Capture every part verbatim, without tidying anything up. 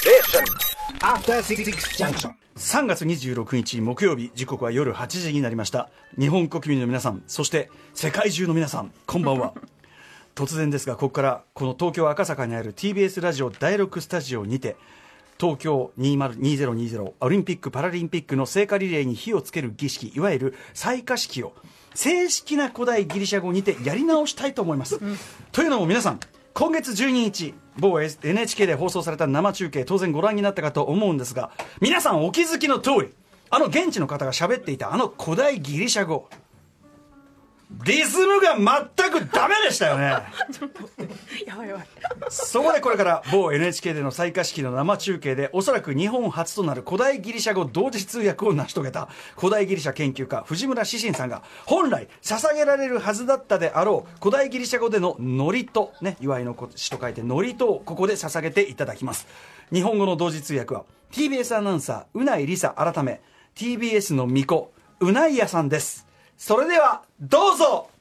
After Six Junction。さんがつにじゅうろくにち木曜日、時刻は夜はちじになりました。日本国民の皆さん、そして世界中の皆さん、こんばんは。突然ですが、ここからこの東京赤坂にある ティービーエス ラジオだいろくスタジオにて、東京にせんにじゅうにじゅうオリンピック・パラリンピックの聖火リレーに火をつける儀式、いわゆる採火式を正式な古代ギリシャ語にてやり直したいと思います、うん、というのも皆さん、今月じゅうににち某 エヌエイチケー で放送された生中継、当然ご覧になったかと思うんですが、皆さんお気づきの通り、あの現地の方が喋っていたあの古代ギリシャ語、リズムが全くダメでしたよね。 やばいやばい。 そこでこれから某 エヌエイチケー での採火式の生中継で、おそらく日本初となる古代ギリシャ語同時通訳を成し遂げた古代ギリシャ研究家藤村志信さんが、本来捧げられるはずだったであろう古代ギリシャ語での祝詞ね、祝いの詩と書いて祝詞をここで捧げていただきます。日本語の同時通訳は ティービーエス アナウンサーうないりさ改め ティービーエス の巫女うないやさんです。それではどうぞ。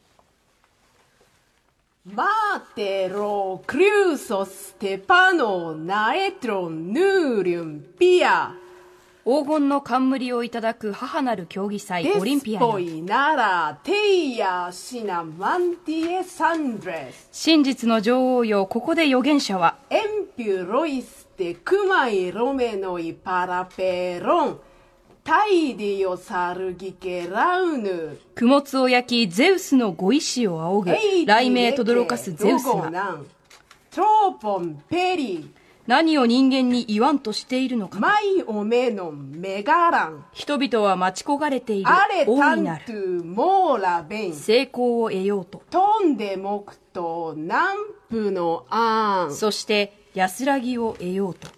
マーテロクリューソステパノナエトロンヌーリュンピア、 黄金の冠をいただく母なる競技祭オリンピアデスポイナラテイヤシナマンティエサンドレス、 真実の女王よ、ここで預言者はエンピュロイステクマイロメノイパラペロンタイディオサルギケラウヌ、 供物を焼きゼウスのご意志を仰ぐ雷鳴とどろかすゼウスが、 トロポンペリ、 何を人間に言わんとしているのか、 マイオメノンメガラン、 人々は待ち焦がれているアレタ大いなントるゥモーラベン、 成功を得ようと、 トンデモクトナンプのアン、 そして安らぎを得ようと。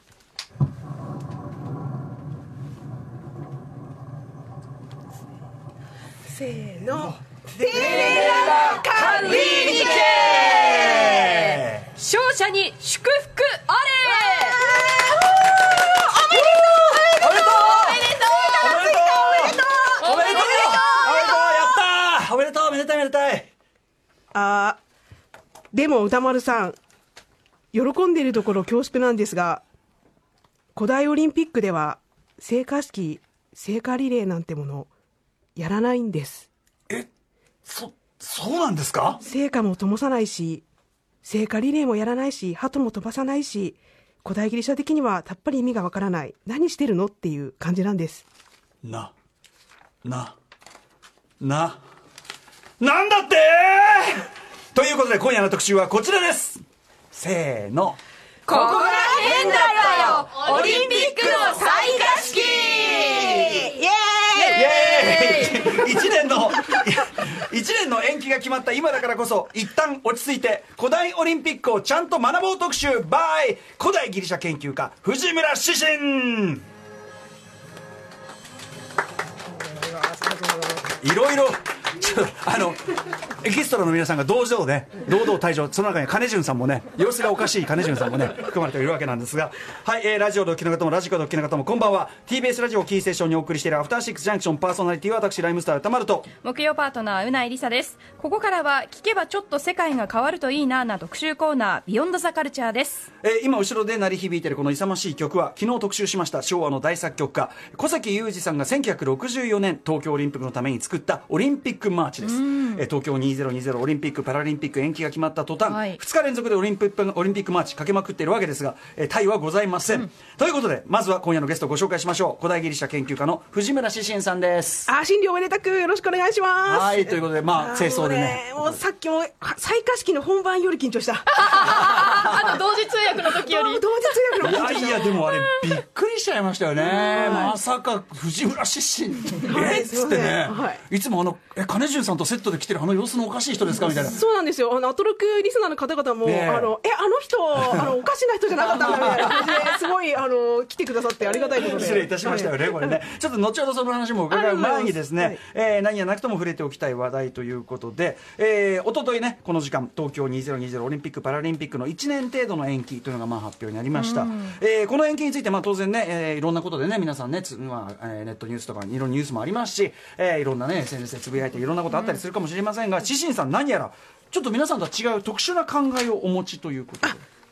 せーの、 テレラカリニケ、 勝者に祝福あれ。 おめでとうおめでとうおめでとうおめでとうおめでとうおめでとう、やったー、おめでとう、めでたいめでたい。 あー、でも歌丸さん、喜んでいるところ恐縮なんですが、古代オリンピックでは聖火式、聖火リレーなんてものやらないんです。 え、そ、そうなんですか？ 聖火も灯さないし、聖火リレーもやらないし、鳩も飛ばさないし、古代ギリシャ的にはたっぷり意味がわからない、何してるのっていう感じなんです。 な、な、な、なんだってということで今夜の特集はこちらです。せーの、 ここが変だったよ、オリンピックの採火式。 イエーイ一年の一年の延期が決まった今だからこそ、一旦落ち着いて古代オリンピックをちゃんと学ぼう特集 by 古代ギリシャ研究家藤村志信。いろいろあのエキストラの皆さんが同時ね、堂々退場、その中に金潤さんもね、様子がおかしい金潤さんもね含まれているわけなんですが、はい、えー、ラジオでお聞きの方もラジコでお聞きの方もこんばんは。 ティービーエス ラジオキーステーションにお送りしているアフターシックスジャンクション、パーソナリティは私ライムスター歌丸と木曜パートナーうないりさです。ここからは聞けばちょっと世界が変わるといいなな特集コーナー、ビヨンドザカルチャーです。 えー、今後ろで鳴り響いているこの勇ましい曲は、昨日特集しました昭和の大作曲家小崎雄二さんがせんきゅうひゃくろくじゅうよねん東京オリンピックのために作ったオリンピックマーチです。えー、東京にせんにじゅうオリンピック・パラリンピック延期が決まった途端、はい、ふつか連続でオリンピック、オリンピックマーチかけまくっているわけですが、えー、タイはございません、うん、ということでまずは今夜のゲストをご紹介しましょう。古代ギリシャ研究家の藤村志信さんです。 あ、新寮おめでたくよろしくお願いします。 はい、ということでまあ清掃でね、 もうさっきも採火式の本番より緊張したあの同時通訳の時より同時通訳の緊張した。 いやいや、でもあれびっくりしちゃいましたよね。まさか藤村志信えっつってね、はい、いつもあのえ金潤さんとセットで来てるあの様子のおかしい人ですかみたいな。 そうなんですよ。あのアトロクリスナーの方々も、ね、あのえあの人あのおかしな人じゃなかったんだみたいな感じですごいあの来てくださってありがたいことで失礼いたしましたよね、はい、これねちょっと後ほどその話も伺う前にですね、はい、えー、何やなくとも触れておきたい話題ということで、えー、おとといねこの時間東京にせんにじゅうオリンピック・パラリンピックのいちねん程度の延期というのがまあ発表になりました、えー、この延期についてまあ当然ね、えー、いろんなことでね皆さんねつ、まあえー、ネットニュースとかいろんなニュースもありますし、えー、いろんなね エスエヌエス でつぶやいていろんなことあったりするかもしれませんが、志信さん何やらちょっと皆さんとは違う特殊な考えをお持ちということで。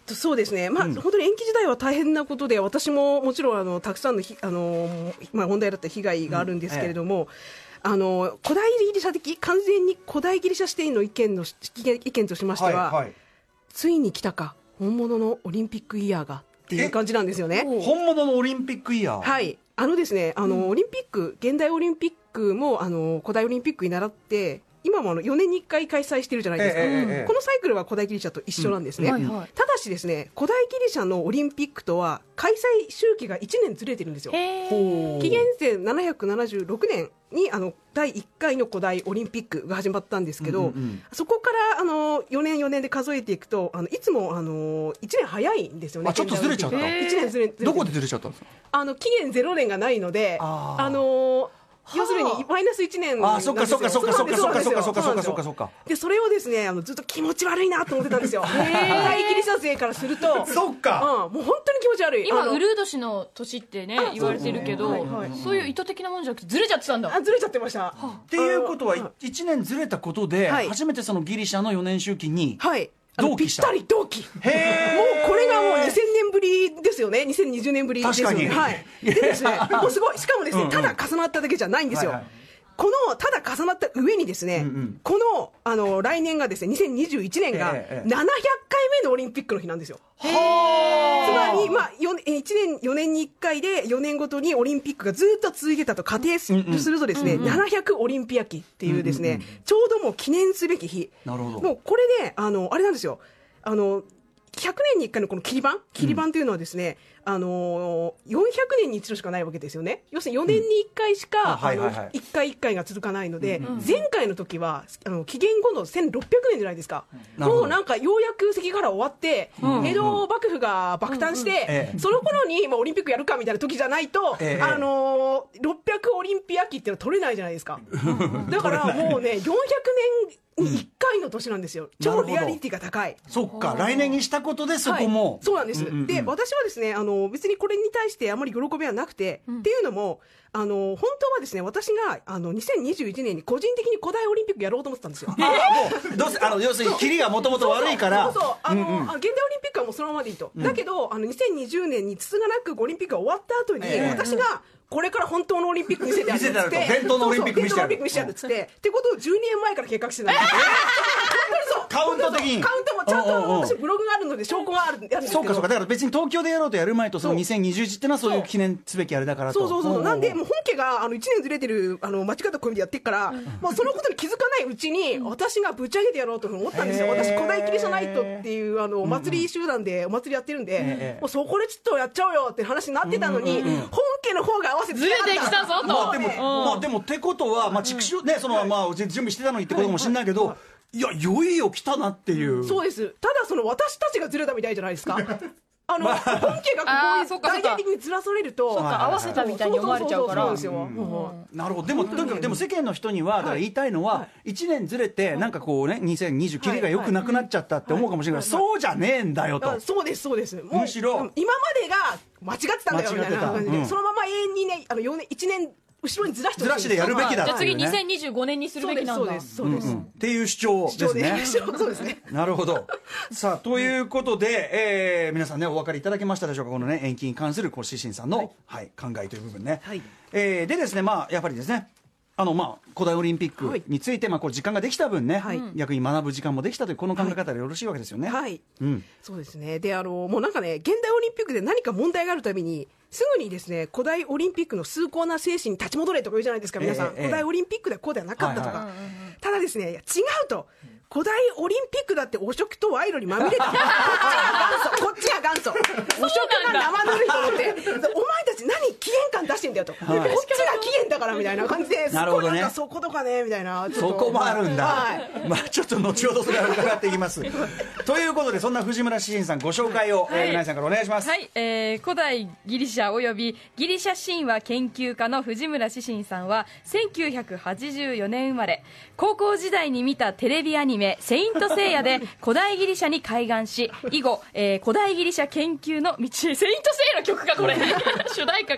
そうですね、まあ、うん、本当に延期時代は大変なことで、私ももちろんあのたくさんのひあの、まあ、問題だった被害があるんですけれども、うんええ、あの古代ギリシャ的、完全に古代ギリシャ視点の意見の意見としましては、はいはい、ついに来たか、本物のオリンピックイヤーがっていう感じなんですよね。 本物のオリンピックイヤー、 はい、あのですね、あの、うん、オリンピック、現代オリンピックもあの古代オリンピックに倣って今もあのよねんにいっかい開催してるじゃないですか、ええええ、このサイクルは古代ギリシャと一緒なんですね、うんはいはい、ただしですね、古代ギリシャのオリンピックとは開催周期がいちねんずれてるんですよ。紀元前ななひゃくななじゅうろくねんにあのだいいっかいの古代オリンピックが始まったんですけど、うんうんうん、そこからあのよねんよねんで数えていくと、あのいつもあのいちねん早いんですよね。 あ、ちょっとずれちゃった。いちねんずれ、ずれどこでずれちゃったんですか。 あの期限ゼロねんがないので、あ、あの要するにマイナスいちねんなんですよ。 あ、そっかそっかそっかそっかそっかそっかそっかそっかそっか。 でそれをですね、あのずっと気持ち悪いなと思ってたんですよ。古代ギリシャ勢からすると、 そっか、 うん、もう本当に気持ち悪い。 今ウルー年の年ってね言われてるけど、そう、はいはい、そういう意図的なもんじゃなくてずれちゃってたんだ。 あ、ずれちゃってました。 っていうことはいちねんずれたことで、はい、初めてそのギリシャのよねん周期に、 はい、 同期した。 ぴったり同期。へもうこれがもうにせんねんぶりですよね。にせんにじゅうねんぶりですよね。 確かに。 はい。でですね、もうすごい、しかもですね、うんうん、ただ重なっただけじゃないんですよ。はいはい、このただ重なった上にですね、うんうん、この、あの来年がですねにせんにじゅういちねんがななひゃっかいめのオリンピックの日なんですよ。つまり、まあ、いちねんよねんにいっかいでよねんごとにオリンピックがずっと続いてたと仮定するとですね、うんうん、ななひゃくオリンピア期っていうですね、うんうんうん、ちょうどもう記念すべき日。 なるほど。 もうこれで、あのあれなんですよ、あのひゃくねんにいっかいのこの切り板切り板というのはですね、うん、あのよんひゃくねんに一度しかないわけですよね。要するによねんにいっかいしか、うん、あのいっかいいっかいが続かないので、うんうん、前回の時はあの紀元後のせんろっぴゃくねんじゃないですか、うん、もうなんかようやく関ヶ原終わって、うん、江戸幕府が爆誕して、うん、その頃に、まあ、オリンピックやるかみたいな時じゃないと、ええ、あのろっぴゃくオリンピア期っていうのは取れないじゃないですか。だからもうねよんひゃくねんにいっかいの年なんですよ。超リアリティが高い。 そっか、来年にしたことでそこも、 はい、そうなんです、うんうんうん、で私はですね、あの別にこれに対してあまり喜びはなくて、うん、っていうのもあの本当はですね、私があのにせんにじゅういちねんに個人的に古代オリンピックやろうと思ってたんですよ。 あもうどうせあの要するにキリがもともと悪いから、 そうそうあの、うんうん、現代オリンピックはもうそのままでいいと、うん、だけどあのにせんにじゅうねんにつつがなくオリンピックが終わった後に、えー、私がこれから本当のオリンピック見せてやるっつって、 伝統のオリンピック見せてやるっつって、ってことをじゅうにねんまえから計画してたんですよ。 カウント的にカウントもちゃんと私ブログがあるので証拠があるんですけど、 そうかそうか、だから別に東京でやろうとやる前とそのにせんにじゅういちっていうのはそういう記念すべきあれだからと。 そうそうそう、なんでもう本家があのいちねんずれてるあの間違ったコンビでやってっから、まあ、そのことに気づかないうちに私がぶち上げてやろうと思ったんですよ。私古代ギリシャナイトっていうあのお祭り集団でお祭りやってるんで、もうそこでちょっとやっちゃおうよって話になってたのに、本家の方が合わせてずれてきたぞと。 まあでも、まあでもってことは、まあ畜生ね、そのまあ準備してたのにってことかもしれないけど、いや、いよいよ来たなっていう。 そうです。ただその私たちがずれたみたいじゃないですか。あの、まあ、本家がここに大々的にずらされると、 そうか、合わせたみたいに思われちゃうから。そうですよ。 なるほど。でも、とにかくでも世間の人には、だから言いたいのは、いちねんずれて、なんかこうね、にせんにじゅう、キリがよくなくなっちゃったって思うかもしれないけど、そうじゃねえんだよと。 そうです、そうです。 むしろ、 今までが間違ってたんだよみたいな感じで、そのまま永遠にね、あの、よねん、いちねん、後ろにずらしてずらしでやるべきだ。 じゃあ次にせんにじゅうごねんにするべきなんだ。 そうです、そうです。 っていう主張ですね。 そうですね。 なるほど。さあ、ということで、えー、皆さんね、お分かりいただけましたでしょうか、このね、延期に関する、こう、シシンさんの、はい、はい、考えという部分ね。はい。えー、でですね、まあ、やっぱりですね、あのまあ、古代オリンピックについて、まあ、こう時間ができた分ね、はい、逆に学ぶ時間もできたというこの考え方でよろしいわけですよね。 はい、うん、そうですね。で、あのもうなんかね、現代オリンピックで何か問題があるたびにすぐにですね、古代オリンピックの崇高な精神に立ち戻れとか言うじゃないですか、皆さん。えーえー、古代オリンピックではこうではなかったとか、はいはい、ただですね、いや違うと。古代オリンピックだって汚職と賄賂にまみれた。こっちが元祖、こっちが元祖。汚職が生ぬるいと思って、お前たち何期限感出してんだよと。はい、こっちが期限だからみたいな感じで、すごいなんかそことかねみたいな。 そこもあるんだ。はい、まあちょっと後ほどそれは伺っていきます。ということで、そんな藤村シシンさんご紹介を、はい、えー、皆さんからお願いします。 はい、えー、古代ギリシャおよびギリシャ神話研究家の藤村シシンさんはせんきゅうひゃくはちじゅうよねん生まれ。高校時代に見たテレビアニメセイントセイヤで古代ギリシャに開眼し、以後、えー、古代ギリシャ研究の道へ。セイントセイヤの曲かこれ。主題歌か。 あれ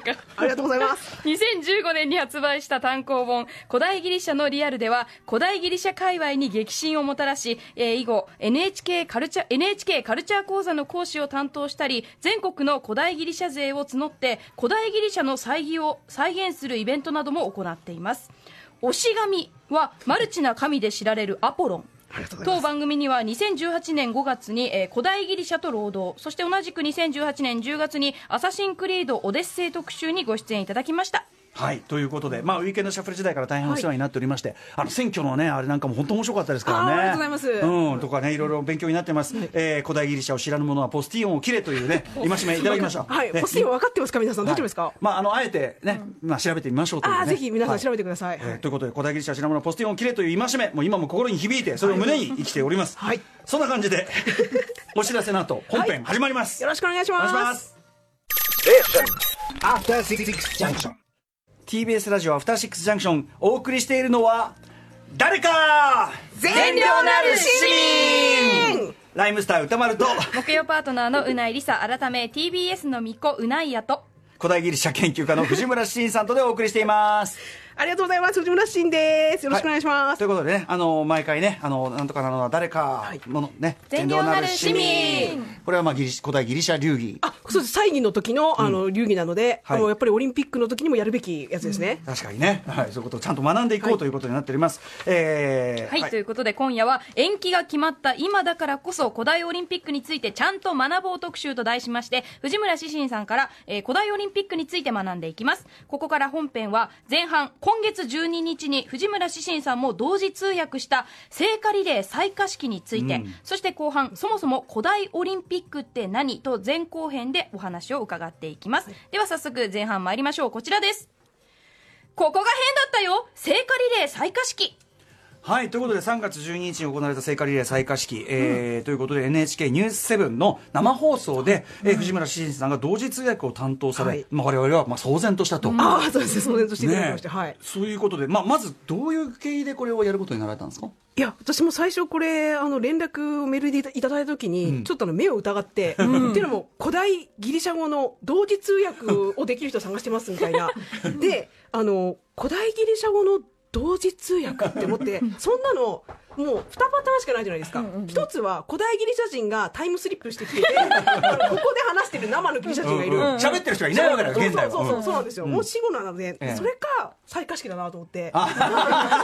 がとうございます。 にせんじゅうごねんに発売した単行本古代ギリシャのリアルでは古代ギリシャ界隈に激震をもたらし、えー、以後 エヌエイチケー カルチャー エヌエイチケー カルチャー講座の講師を担当したり、全国の古代ギリシャ勢を募って古代ギリシャの祭儀を再現するイベントなども行っています。推し神はマルチな神で知られるアポロン。当番組にはにせんじゅうはちねんごがつに、えー、古代ギリシャと労働、そして同じくにせんじゅうはちねんじゅうがつにアサシンクリードオデッセイ特集にご出演いただきました。 はい、ということで、まあ、ウィーケンドシャッフル時代から大変お世話になっておりまして、はい、あの選挙のね、あれなんかも本当面白かったですからね。 あ, ありがとうございます。 うん、とかね、いろいろ勉強になってます。はい、えー、古代ギリシャを知らぬ者はポスティオンを切れというね、戒めいただきました。 はい、ポスティオン分かってますか、皆さん、大丈夫ですか。 はい、まあ、あの、あえてね、まあ、調べてみましょうという、ね。 あ、ぜひ皆さん調べてください。 はい、えー、ということで、古代ギリシャを知らぬ者はポスティオンを切れという戒め、もう今も心に響いて、それを胸に生きております。はい。そんな感じで、お知らせの後、本編始まります。 はい、よろしくお願いします。お願いします。 アフターシックスジャンクション。ティービーエス ラジオアフターシックスジャンクション、お送りしているのは誰か善良なる市民、 ライムスター歌丸と木曜パートナーのうないりさ、改め ティービーエス の巫女うないやと古代ギリシャ研究家の藤村真さんとでお送りしています。 ありがとうございます。藤村真です。よろしくお願いします。はい、 ということでね、あの毎回ね、あのなんとかなのは誰かのね、 善良なる市民。 これはまあギリ古代ギリシャ流儀。 あ、そうです。祭儀の時のあの流儀なので、うん、あのやっぱりオリンピックの時にもやるべきやつですね。 うん、確かにね、はい、そういうことをちゃんと学んでいこう、はい、ということになっております。えー、 はい、はい、ということで今夜は延期が決まった今だからこそ古代オリンピックについてちゃんと学ぼう特集と題しまして、藤村志信さんから、えー、古代オリンピックについて学んでいきます。ここから本編は前半、今月じゅうににちに藤村志信さんも同時通訳した聖火リレー採火式について、うん、そして後半、そもそも古代オリンピックって何と前後編でお話を伺っていきます。はい、では早速前半参りましょう。こちらです。ここが変だったよ、聖火リレー採火式。 はい、ということでさんがつじゅうににちに行われた聖火リレー採火式、えーうん、ということで エヌエイチケー ニュースセブンの生放送で、うん、えー、藤村志信さんが同時通訳を担当され、はい、まあ、我々はまあ騒然としたと、うん、 ああそうですね、騒然としていただきました、ね、はい、 そういうことで、まあ、まずどういう経緯でこれをやることになられたんですか。 いや、私も最初これあの連絡をメールでいただいたときに、うん、ちょっとあの目を疑って、うん、っていうのも古代ギリシャ語の同時通訳をできる人探してますみたいなで、あの古代ギリシャ語の同時通訳って思ってそんなのもうにパターンしかないじゃないですか。一つは古代ギリシャ人がタイムスリップしてきててここで話してる生のギリシャ人がいる、 喋、うんうん、ってる人がいないわけだよ、現代は。 そうそうそうそうなんですよ、うん、もう死後なので、ええ、それか採火式だなと思って二択だ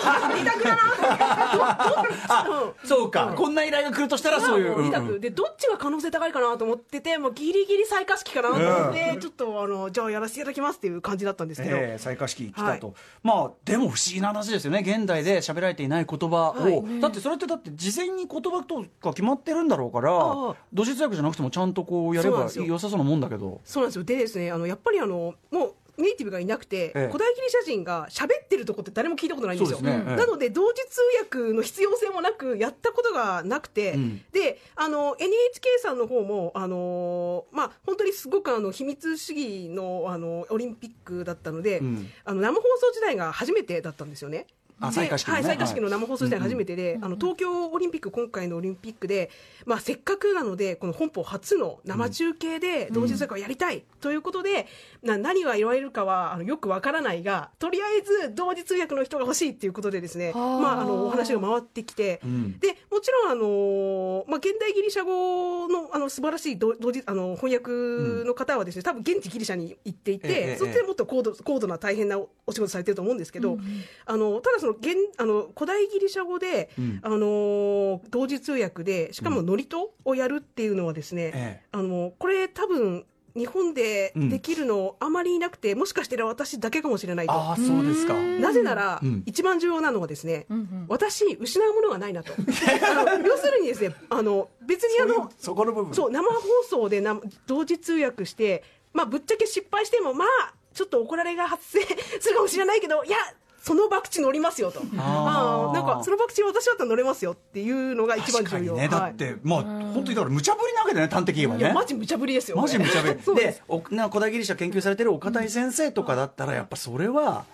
なと思ってそう、か、うん、こんな依頼が来るとしたらそういう二択で、どっちが可能性高いかなと思ってて、もうギリギリ採火式かなと思って、うん、ちょっとあのじゃあやらせていただきますっていう感じだったんですけど、 えー、採火式来たと、はい、まあでも不思議な話ですよね、現代で喋られていない言葉を、はいね、だってそれってだって事前に言葉とか決まってるんだろうから、同時通訳じゃなくてもちゃんとこうやれば良さそうなもんだけど。 そうなんですよ。でですね、あのやっぱりあのもうネイティブがいなくて、ええ、古代ギリシャ人が喋ってるとこって誰も聞いたことないんですよ。 そうですね、ええ、 なので同時通訳の必要性もなくやったことがなくて、うん、であの エヌエイチケー さんの方もあの、まあ、本当にすごくあの秘密主義 の, あのオリンピックだったので、うん、あの生放送時代が初めてだったんですよね。 あ、採火式のね、 はい、採火式の生放送自体初めてで、うんうん、あの東京オリンピック、今回のオリンピックで、まあ、せっかくなのでこの本邦初の生中継で同時通訳をやりたいということで、うん、な何が言われるかはあのよくわからないが、とりあえず同時通訳の人が欲しいということでですね、まあ、あのお話が回ってきて、うん、でもちろんあの、まあ、現代ギリシャ語 の, あの素晴らしい同時あの翻訳の方はですね、多分現地ギリシャに行っていて、ええ、そしてもっと高 度, 高度な大変なお仕事されてると思うんですけど、うん、あのただその現あの古代ギリシャ語で、うん、あの同時通訳でしかもノリトをやるっていうのはですね、うん、ええ、あのこれ多分日本でできるのあまりいなくて、うん、もしかして私だけかもしれないと。 あ、そうですか。 なぜなら、うん、一番重要なのはですね、うんうん、私失うものがないなとあの要するにですね、あの別にあのそこの部分、 そう生放送でな同時通訳して、まあ、ぶっちゃけ失敗してもまあちょっと怒られが発生するかもしれないけど、いやその博打乗りますよと、ああなんかその博打私だったら乗れますよっていうのが一番重要。 ね、だって、はい、まあ本当にだから無茶ぶりなわけだね、端的に言えばね。 いやマジ無茶ぶりですよ。 マジ無茶ぶりで、おな古代ギリシャ研究されてる岡田先生とかだったらやっぱそれは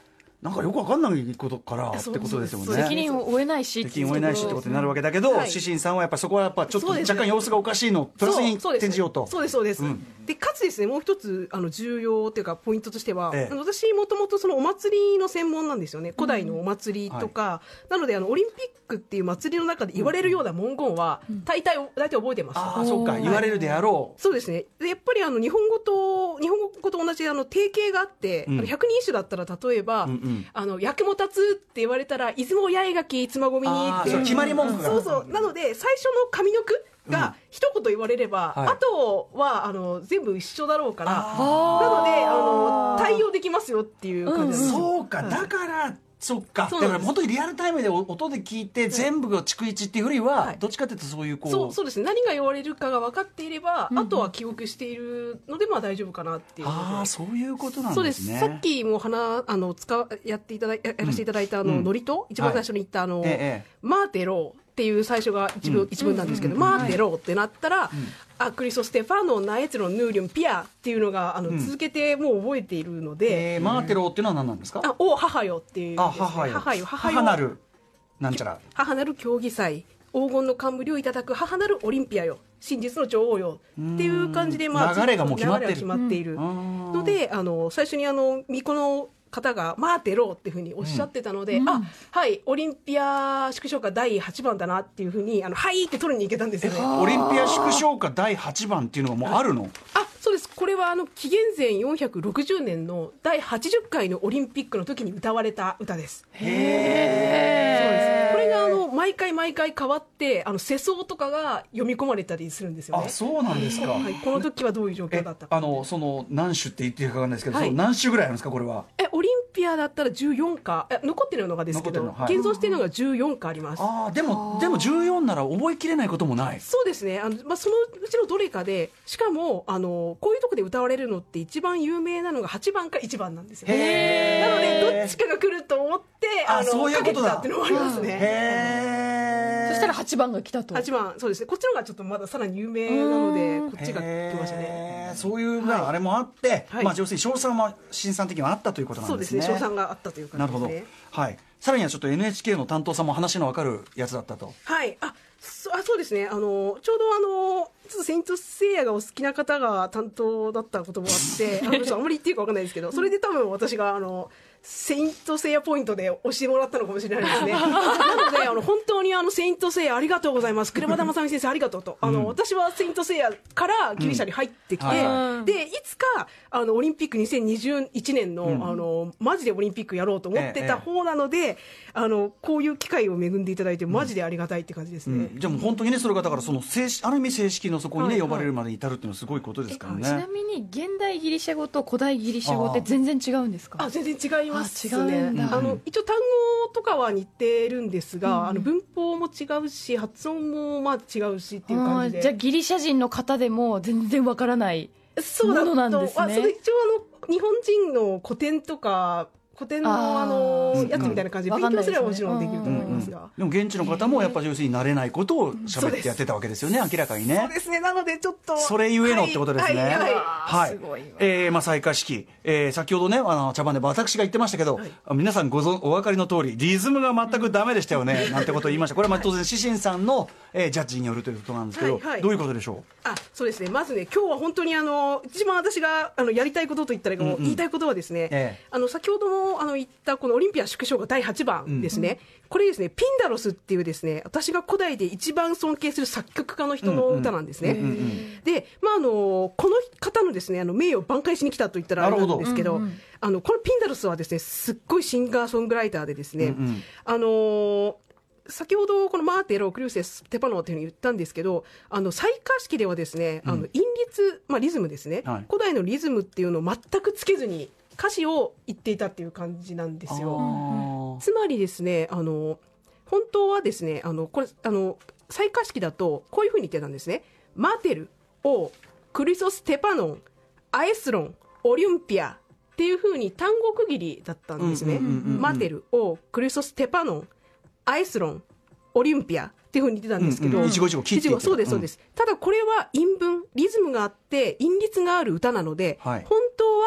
なんかよくわかんないことからってことですよね。 責任を負えないし責任を負えないしってことになるわけだけど、 はいシシンさんはやっぱそこはやっぱちょっと若干様子がおかしいのプラスに転じようと。 そうですそうです、 うんでかつですねもう一つあの重要というかポイントとしては、 ええあの私もともとそのお祭りの専門なんですよね、古代のお祭りとか、なのであのオリンピックっていう祭りの中で言われるような文言は大体大体覚えてます、 ああそうか、言われるであろう。 そうですね。でやっぱりあの日本語と日本語と同じあの定型があって、 うんあの百人一首だったら例えば、 うんうんあの役も立つって言われたら出雲八重垣つまごみにってあーそう決まり文句がそうそうなので最初の上の句が一言言われれば、 はいあとはあの全部一緒だろうから、 あなのであの対応できますよっていう感じなんですよ。 そうか、だからそっか、 そうなんですだから本当にリアルタイムで音で聞いて全部が逐一っていうよりは、 はいどっちかっていうとそういうこうそうそうですね、何が言われるかが分かっていれば、あとは記憶しているのでまあ大丈夫かなっていうので。 ああそういうことなんそうでね。 ですすさっきも花あの使うやっていただいややらせていただいたあの、 うんノリと一番最初に言ったあの、 ええマーテローっていう最初が一文,、一文なんですけど、マーテローってなったら、アクリソステファノナエツロンヌーリュンピアっていうのがあの、続けてもう覚えているので、 えーマーテローっていうのは何なんですか。 あお母よっていう意味です、ね、 あ母よ母よ母よ母なるなんちゃら。 母なる競技祭黄金の冠をいただく母なるオリンピアよ真実の女王よっていう感じで、まあ、 流れがもう決まってる流れが決まっているうんので、あの最初にあの巫女の方がマーテローっていうふうにおっしゃってたので、あはいオリンピア縮小歌だいはちばんだなっていうふうにあのはいって取りに行けたんですよね。 オリンピア縮小歌だいはちばんっていうのがもうあるの。 あそうです、これはあの紀元前よんひゃくろくじゅうねんのだいはちじゅっかいのオリンピックの時に歌われた歌です。 へそうですこれがあの毎回毎回変わってあの世相とかが読み込まれたりするんですよね。 あそうなんですか。 はい、この時はどういう状況えだったか。 あのその何種って言っていいかわかんないですけど、 はいその何種ぐらいあるんですかこれは。 えオリンピアだったらじゅうよんかえ残ってるのがですけど、 残ってるのはい現像してるのがじゅうよんかあります。 ああでもでもじゅうよんなら覚えきれないこともない。 そうですねあの、まあ、そのうちのどれかでしかもあのこういうとこで歌われるのって一番有名なのがはちばんかいちばんなんですよ。 へーなのでどっちかが来ると思ってあのそういうことだかけてたっていうのもありますね。 へえ。 そしたらはちばんが来たと。 はちばんそうですねこっちの方がちょっとまださらに有名なのでこっちが来ましたね。 へーそういう、まああれもあって、 はいまあ要するに賞賛は新さん的にはあったということなそんでね。 うですすね賞賛があったというなるほど感じですね。。 はい。さらにはちょっと エヌエイチケー の担当さんも話のわかるやつだったと。 はい、あそあそうですねあの、ちょうどあのちょっとセイント・セイヤがお好きな方が担当だったこともあってあのちょっとあんまり言っていいか分かんないですけど、それで多分私があのセイント・セイヤポイントで教えてもらったのかもしれないですね。なのであの本当にあのセイント・セイヤありがとうございます、車田正美先生ありがとうと、あの私はセイント・セイヤからギリシャに入ってきて、 うんはいはでいつかあのオリンピックにせんにじゅういちねんの,、あのマジでオリンピックやろうと思ってた方なので、あのこういう機会を恵んでいただいてマジでありがたいって感じですね。 うんじゃあもう本当にねそれがだからその正式ある意味正式のそこにね、 はい呼ばれるまでに至るっていうのはすごいことですからね。 ちなみに現代ギリシャ語と古代ギリシャ語って全然違うんですか。 あ全然違いますね。 あ違うんだあの一応単語とかは似てるんですが、あの文法も違うし発音もまあ違うしっていう感じで。 あーじゃあギリシャ人の方でも全然わからないそうだとものなんですね。 あそれ一応あの日本人の古典とか古典のああのーやつみたいな感じでうん勉強すればもちろんわかんないですねできると思いますが。 でも現地の方もやっぱり要するに慣れないことを喋ってやってたわけですよね、明らかにね。 そうですね。なのでちょっとそれゆえのってことですね。 はいはいはいはい。 すごいわえーまあ採火式、えー先ほどね、あの茶番で私が言ってましたけど、皆さんご存お分かりの通り、リズムが全くダメでしたよね、なんてことを言いました。これはまあ当然、シシンさんの、えージャッジによるということなんですけど、 はいはいどういうことでしょあそうですね、まずね、今日は本当にあの一番私があのやりたいことと言ったら、 うんうん言いたいことはですね、 ええあの先ほどもあの言ったこのオリンピア縮小がだいはちばんですね、これですね、ピンダロスっていうですね、私が古代で一番尊敬する作曲家の人の歌なんですね。で、まああのこの方のですね、あの名誉を挽回しに来たと言ったらあれなんですけど、あのこのピンダロスはですね、すっごいシンガーソングライターでですね、 うんうんあの先ほどこのマーテロ、クリューセス、テパノっていうふうに言ったんですけど、あの採火式ではですね、あの韻律、まあ、リズムですね、 はい古代のリズムっていうのを全くつけずに歌詞を言っていたっていう感じなんですう。 よ。 あつまりですね、あの本当はですね、あのこれあの採火式だとこういうふうに言ってたんですね。マーテル、オー、クリソス・テパノン、アエスロン、オリュンピアっていうふうに単語区切りだったんですね。 うんうんうんうんマーテル、オー、クリソス・テパノン、アエスロン、オリンピアっていうふうに言ってたんですけど、 うんうん一語一語切っていってた一語そうですそうです、ただこれは韻文リズムがあって韻律がある歌なので、 はい本当は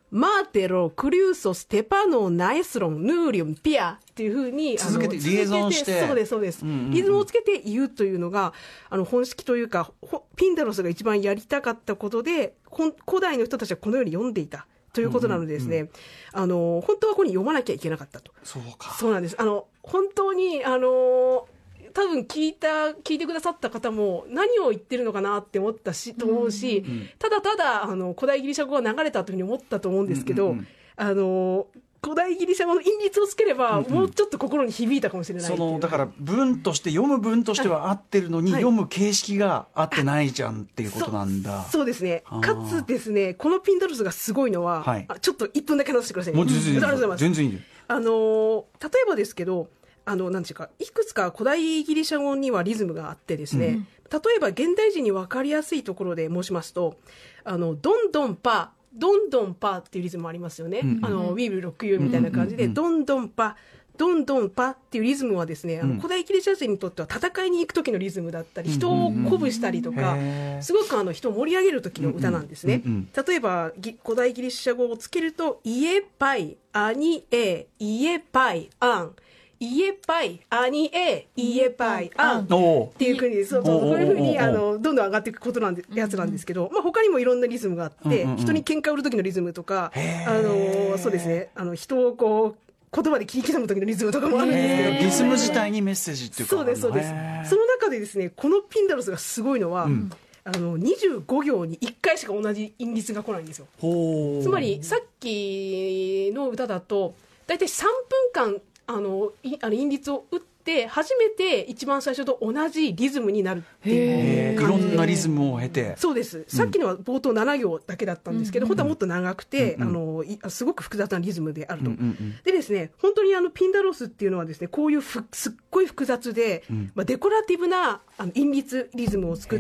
マーテロ、クリューソ、ステパノ、ナエスロン、ヌーリウム、ピアっていうふうに続けてあのリエゾンしてそうですそうです、 うんうんうん、 リズムをつけて言うというのがあの本式というかピンダロスが一番やりたかったことで古代の人たちはこのように読んでいたということなのでですね、うんうんうん、あの本当はここに読まなきゃいけなかったと。 そうか。 そうなんです。あの本当にあの多分聞いた聞いてくださった方も何を言ってるのかなって思ったしと思うし、うんうん、ただただあの古代ギリシャ語が流れたというふうに思ったと思うんですけど、うんうんうん、あの古代ギリシャ語の韻律をつければ、うんうん、もうちょっと心に響いたかもしれない。 そのだから文として読む文としては合ってるのに、はい、読む形式が合ってないじゃんっていうことなんだ。 そ, そうですね。かつですね、このピンダロスがすごいのは、はい、あちょっといっぷんだけ話してくださいね。 もう全然いいです。ありがとうございます。全然いいです。 あの例えばですけど、あのなんていうかいくつか古代ギリシャ語にはリズムがあってですね、うん、例えば現代人に分かりやすいところで申しますと、あのドンドンパドンドンパっていうリズムもありますよね、うんうん、あのウィーブルロックユーみたいな感じで、うんうんうん、ドンドンパドンドンパっていうリズムはですね、あの古代ギリシャ人にとっては戦いに行く時のリズムだったり、人を鼓舞したりとか、すごくあの人を盛り上げる時の歌なんですね、うんうんうん、例えば古代ギリシャ語をつけるとイエパイアニエイエパイアンイエパイアニエイエパイアンっていうふうに、そうそうこういうふうにあのどんどん上がっていくことなんでやつなんですけど、まあ、他にもいろんなリズムがあって、うんうんうん、人に喧嘩売る時のリズムとか、あのそうですね、あの人をこう言葉で切り刻む時のリズムとかもあるんですけど、 リズム自体にメッセージっていうか、 そうですそうです。その中でですね、このピンダロスがすごいのは、うん、あのにじゅうご行にいっかいしか同じ韻律が来ないんですよ。つまりさっきの歌だとだいたいさんぷんかんあのいあの韻律を打って初めて一番最初と同じリズムになるっていう感じで、 いろんなリズムを経て、 そうです、さっきのは冒頭なな行だけだったんですけど、うん、本当はもっと長くて、うんうん、あのいすごく複雑なリズムであると、うんうんうん、でですね、本当にあのピンダロスっていうのはですね、こういうふすっごい複雑で、うん、まあ、デコラティブなあの韻律リズムを作って、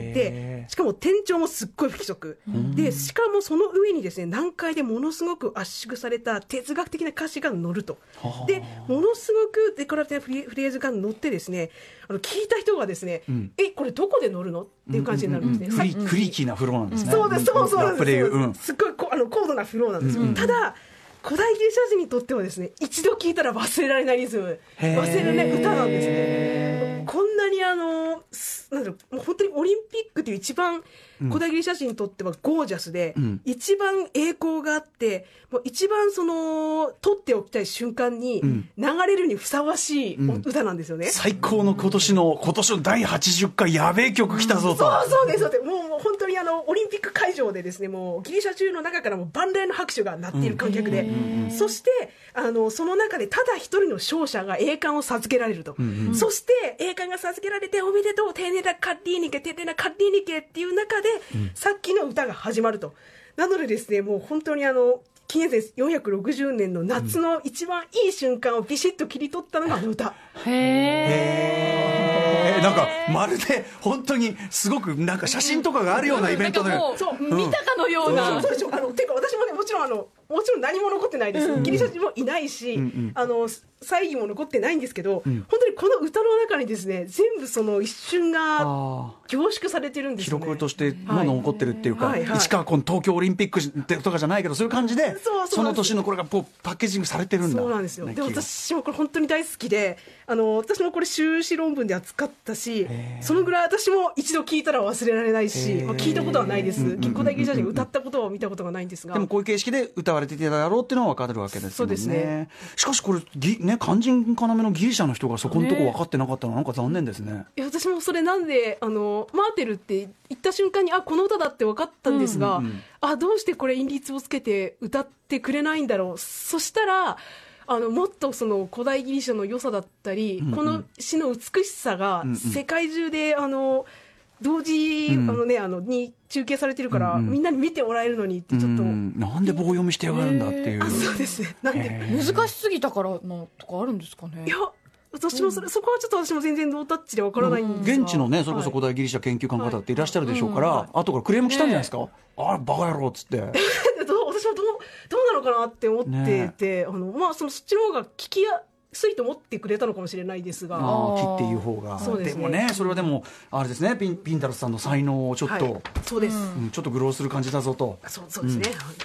しかも転調もすっごい不規則、うん、でしかもその上にですね、難解でものすごく圧縮された哲学的な歌詞が乗ると、でものすごくデコラティブなフレーズが乗ってですね、あの聞いた人がですね、うん、えこれどこで乗るのっていう感じになるんですね、 うんうんうん、フリーキーなフローなんですね、 そうですそうそうなんです、 うん、 すっごいこあの高度なフローなんですよ、うんうん、ただ古代ギリシャ人にとってはですね、一度聞いたら忘れられないリズム、忘れられない歌なんですね。こんなにあのなんだろう、もう本当にオリンピックという一番古代ギリシャ人にとってはゴージャスで、うん、一番栄光があって、もう一番その取っておきたい瞬間に流れるにふさわしい歌なんですよね、うん、 最高の今年の今年のだいはちじゅっかいやべえ曲来たぞと、 そうそうですそうです、もうもう本当にあのオリンピック会場でですね、もうギリシャ中の中からも万礼の拍手が鳴っている観客で、うん、そしてあのその中でただ一人の勝者が栄冠を授けられると、うんうん、そして栄冠が授けられておめでとうテネラカッリーニケテテナカッリーニケっていう中で、うん、さっきの歌が始まると。なのでですね、もう本当にあの紀元前よんひゃくろくじゅうねんの夏の一番いい瞬間をビシッと切り取ったのがあの歌、 うん、へー、なんかまるで本当にすごくなんか写真とかがあるようなイベントのよう、 そう、うん、見たかのような、そうでしょ、あのてか私もね、もちろんあのもちろん何も残ってないです、うん、ギリシャ人もいないし、うんうん、あの猜疑も残ってないんですけど、うん、本当にこの歌の中にですね、全部その一瞬が凝縮されてるんですよね。 記録としてもの残ってるっていうか、はいはいはい、市川この東京オリンピックとかじゃないけど、そういう感じで、そうそう、その年のこれがこうパッケージングされてるんだ。 そうなんですよ。で私もこれ本当に大好きで、あの私もこれ修士論文で扱ったし、そのぐらい私も一度聞いたら忘れられないし、まあ、聞いたことはないです、古代ギリシャ人が歌ったことは見たことがないんですが、 でもこういう形式で歌われていただろうっていうのは分かるわけですよね。そうですね。しかしこれぎ、ね、肝心要のギリシャの人がそこのとこ分かってなかったのはなんか残念ですね。 いや私もそれなんであのマーテルって言った瞬間にあこの歌だって分かったんですが、うんうんうん、あどうしてこれ韻律をつけて歌ってくれないんだろう。そしたらあのもっとその古代ギリシャの良さだったり、うんうん、この詩の美しさが世界中であの同時、うん、あのね、あのに中継されてるから、うんうん、みんなに見てもらえるのにってちょっと、うん、 なんで棒読みしてやがるんだっていう、 あそうですね、なんで難しすぎたからのとかあるんですかね。 いや私もそれ、うん、そこはちょっと私も全然ノータッチでわからないんですが、 現地のねそれこそ古代ギリシャ研究家の方っていらっしゃるでしょうから、はいはい、後からクレーム来たんじゃないですか、ね、あれバカ野郎っつって私はどう、どうなのかなって思ってて、ね、あのまあ、そのそっちの方が聞きやすいと思ってくれたのかもしれないですが、 ああ切っていう方がそうです、ね、でもねそれはでもあれですね、ピン、ピンタロスさんの才能をちょっと、 はい、そうです、 うん、ちょっと愚弄する感じだぞと。 そう、そうですね、 うん、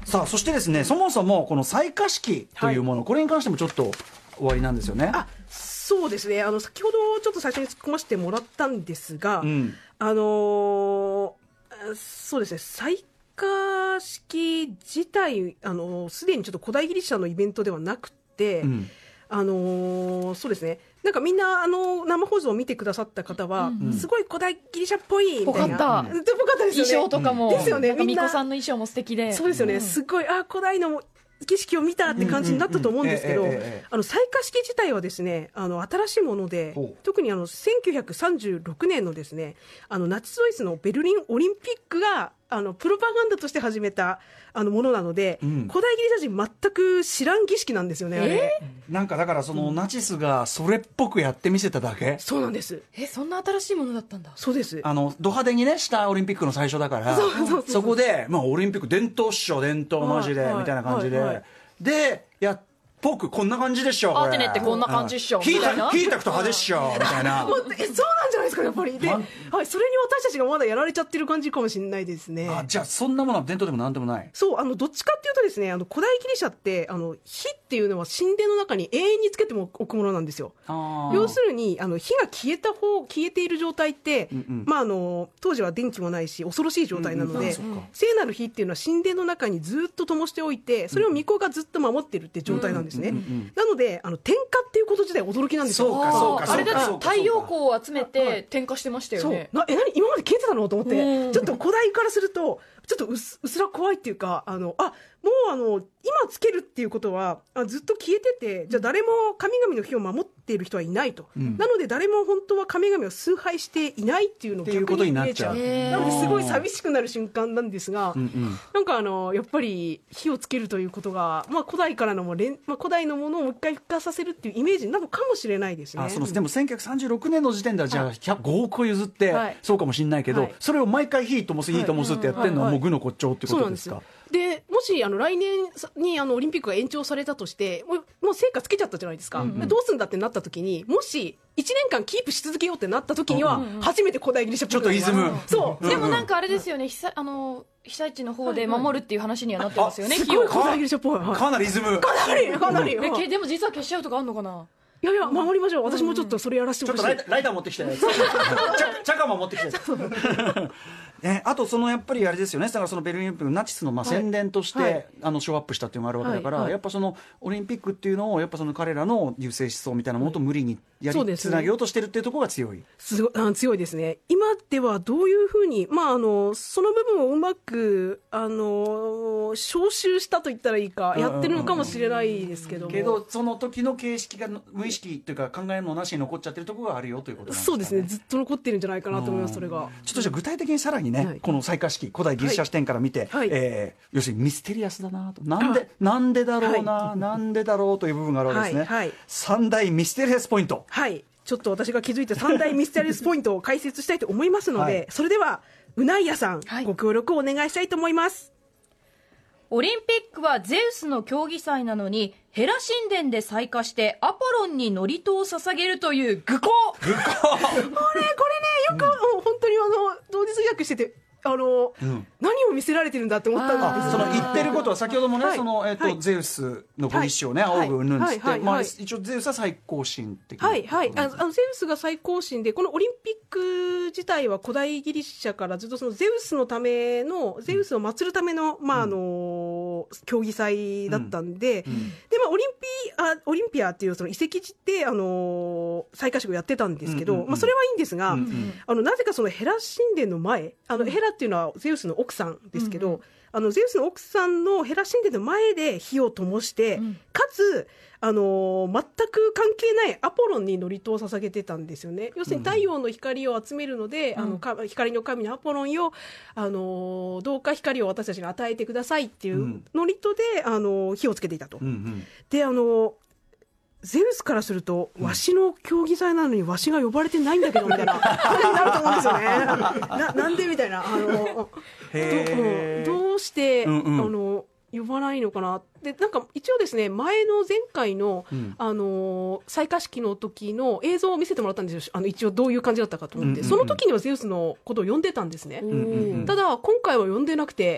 さあそしてですね、そもそもこの採火式というもの、はい、これに関してもちょっと終わりなんですよね。 あ、そうですね、あの先ほどちょっと最初に突っ込ませてもらったんですが、うん、あのー、そうですね、採火式自体、あのすでにちょっと古代ギリシャのイベントではなくて、うん、あのー、そうですね、なんかみんなあの生放送を見てくださった方は、うんうん、すごい古代ギリシャっぽいみたいな、ぽかった、 ぽかったですよね、衣装とかも、 ですよね、みんな巫女さんの衣装も素敵で、 そうですよね、うん、すごい、あ、古代の儀式を見たって感じになったと思うんですけど、あの採火式自体はですね、あの新しいもので、特にあのせんきゅうひゃくさんじゅうろくねんのですね、あのナチスドイツのベルリンオリンピックがあのプロパガンダとして始めたあのものなので、うん、古代ギリシャ人全く知らん儀式なんですよね、あれ。 なんかだからその、うん、ナチスがそれっぽくやってみせただけ。 そうなんです。 え、そんな新しいものだったんだ。 そうです。 あのド派手にねしたオリンピックの最初だから、そうそうそうそう、そこで、まあ、オリンピック伝統っしょ伝統マジで、はい、みたいな感じで、はいはい、でやっぽくこんな感じでしょ、 アテネってこんな感じっしょ、 ヒータク派でっしょみたいなえ、そうなんじゃないですか、やっぱり。で、はい、それに私たちがまだやられちゃってる感じかもしれないですね。 あ、じゃあそんなものは伝統でもなんでもない。 そう、あのどっちかっていうとですね、あの古代ギリシャってあの火っていうのは神殿の中に永遠につけてもおくものなんですよ。要するにあの火が消えた方消えている状態って、うんうん、まあ、あの当時は電気もないし恐ろしい状態なので、うんうん、聖なる火っていうのは神殿の中にずっと灯しておいて、それを巫女がずっと守ってるって状態なんですね。うんうんうんうん、なのであの点火っていうこと自体驚きなんですよ。 そうかそうか、 あれだと太陽光を集めて点火してましたよね。 そうな、え、何今まで消えてたのと思って、ちょっと古代からするとちょっとう す, うすら怖いっていうか、あのあもうあの今つけるっていうことはあずっと消えてて、じゃあ誰も神々の火を守っている人はいないと、うん、なので誰も本当は神々を崇拝していないっていうのを逆に見えちゃう。なのですごい寂しくなる瞬間なんですが、うんうん、なんかあのやっぱり火をつけるということが、まあ、古代からのも連、まあ、古代のものをもう一回復活させるっていうイメージなのかもしれないですね。 あ、そのでもせんきゅうひゃくさんじゅうろくねんの時点ではじゃあごおくを譲ってそうかもしれないけど、はい、それを毎回火灯す火灯すってやってるのはもう愚の骨頂ってことですか。 でもしあの来年にあのオリンピックが延長されたとしてもう、もう成果つけちゃったじゃないですか、うんうん、どうするんだってなった時に、もしいちねんかんキープし続けようってなった時には、うんうん、初めて古代ギリシャっぽくなります。 ちょっとイズム。 そう、うんうん、 でもなんかあれですよね、被災あの被災地の方で守るっていう話にはなってますよね。 すごい古代ギリシャっぽい、はい、 かなりイズム、 かなりかなり、 うん、えでも実は消しちゃうとかあるのかな。 いやいや守りましょう、私もちょっとそれやらせてほしい、 ちょっとライター持ってきてチャカマ持ってきてえあとそのやっぱりあれですよね、だからそのベルリンオリンピックのナチスのまあ宣伝として、はい、あのショーアップしたっていうのがあるわけだから、はいはい、やっぱそのオリンピックっていうのをやっぱその彼らの優勢思想みたいなものと無理にやり、ね、つなげようとしてるっていうところが強い。 すごあ強いですね。今ではどういうふうに、まあ、あのその部分をうまくあの招集したと言ったらいいかやってるのかもしれないですけども、 けどその時の形式が無意識というか考えもなしに残っちゃってるところがあるよということなんですかね。 そうですね、ずっと残ってるんじゃないかなと思います。それがちょっとじゃあ具体的にさらにね、はい、この採火式古代ギリシャ視点から見て、はいえー、要するにミステリアスだなと、なんでなんでだろうな、はい、なんでだろうという部分があるわけですね、はいはい、三大ミステリアスポイント、 はいちょっと私が気づいた三大ミステリアスポイントを解説したいと思いますので、はい、それではうないやさん、はい、ご協力をお願いしたいと思います。 オリンピックはゼウスの競技祭なのにヘラ神殿で採火してアポロンに祝詞を捧げるという愚行愚行これこれねよく、うん、本当にあの同時通訳しててあの、うん、何を見せられてるんだって思ったんです。 その言ってることは先ほどもね、はいそのえーとはい、ゼウスのご意志をね、はい、仰ぐうんぬんつって、はいはいまあ、一応ゼウスは最高神的な、 はいはい、あのゼウスが最高神で、このオリンピック自体は古代ギリシャからずっとそのゼウスのためのゼウスを祀るための、まああの競技祭だったんで、うんうん、でまあオリンピアオリンピアっていうその遺跡地ってあの採火式をやってたんですけど、うんうんうんまあ、それはいいんですが、うんうん、あのなぜかそのヘラ神殿の前、あのヘラっていうのはゼウスの奥さんですけど、うんうん、あのゼウスの奥さんのヘラ神殿の前で火を灯して、うん、かつあの全く関係ないアポロンに祝詞を捧げてたんですよね。要するに太陽の光を集めるので、うん、あのか光の神のアポロンよ、あのどうか光を私たちに与えてくださいっていう祝詞で、あの火をつけていたと、うんうん、であのゼウスからすると、わしの競技祭なのにわしが呼ばれてないんだけどみたいな感じになると思うんですよね。な, なんでみたいな、あの ど, どうして、うんうん、あの呼ばないのかなって。なんか一応ですね、前の前回の、うん、あの採火式の時の映像を見せてもらったんですよ。あの一応どういう感じだったかと思って、うんうんうん、その時にはゼウスのことを呼んでたんですね、うんうんうん、ただ今回は呼んでなくて、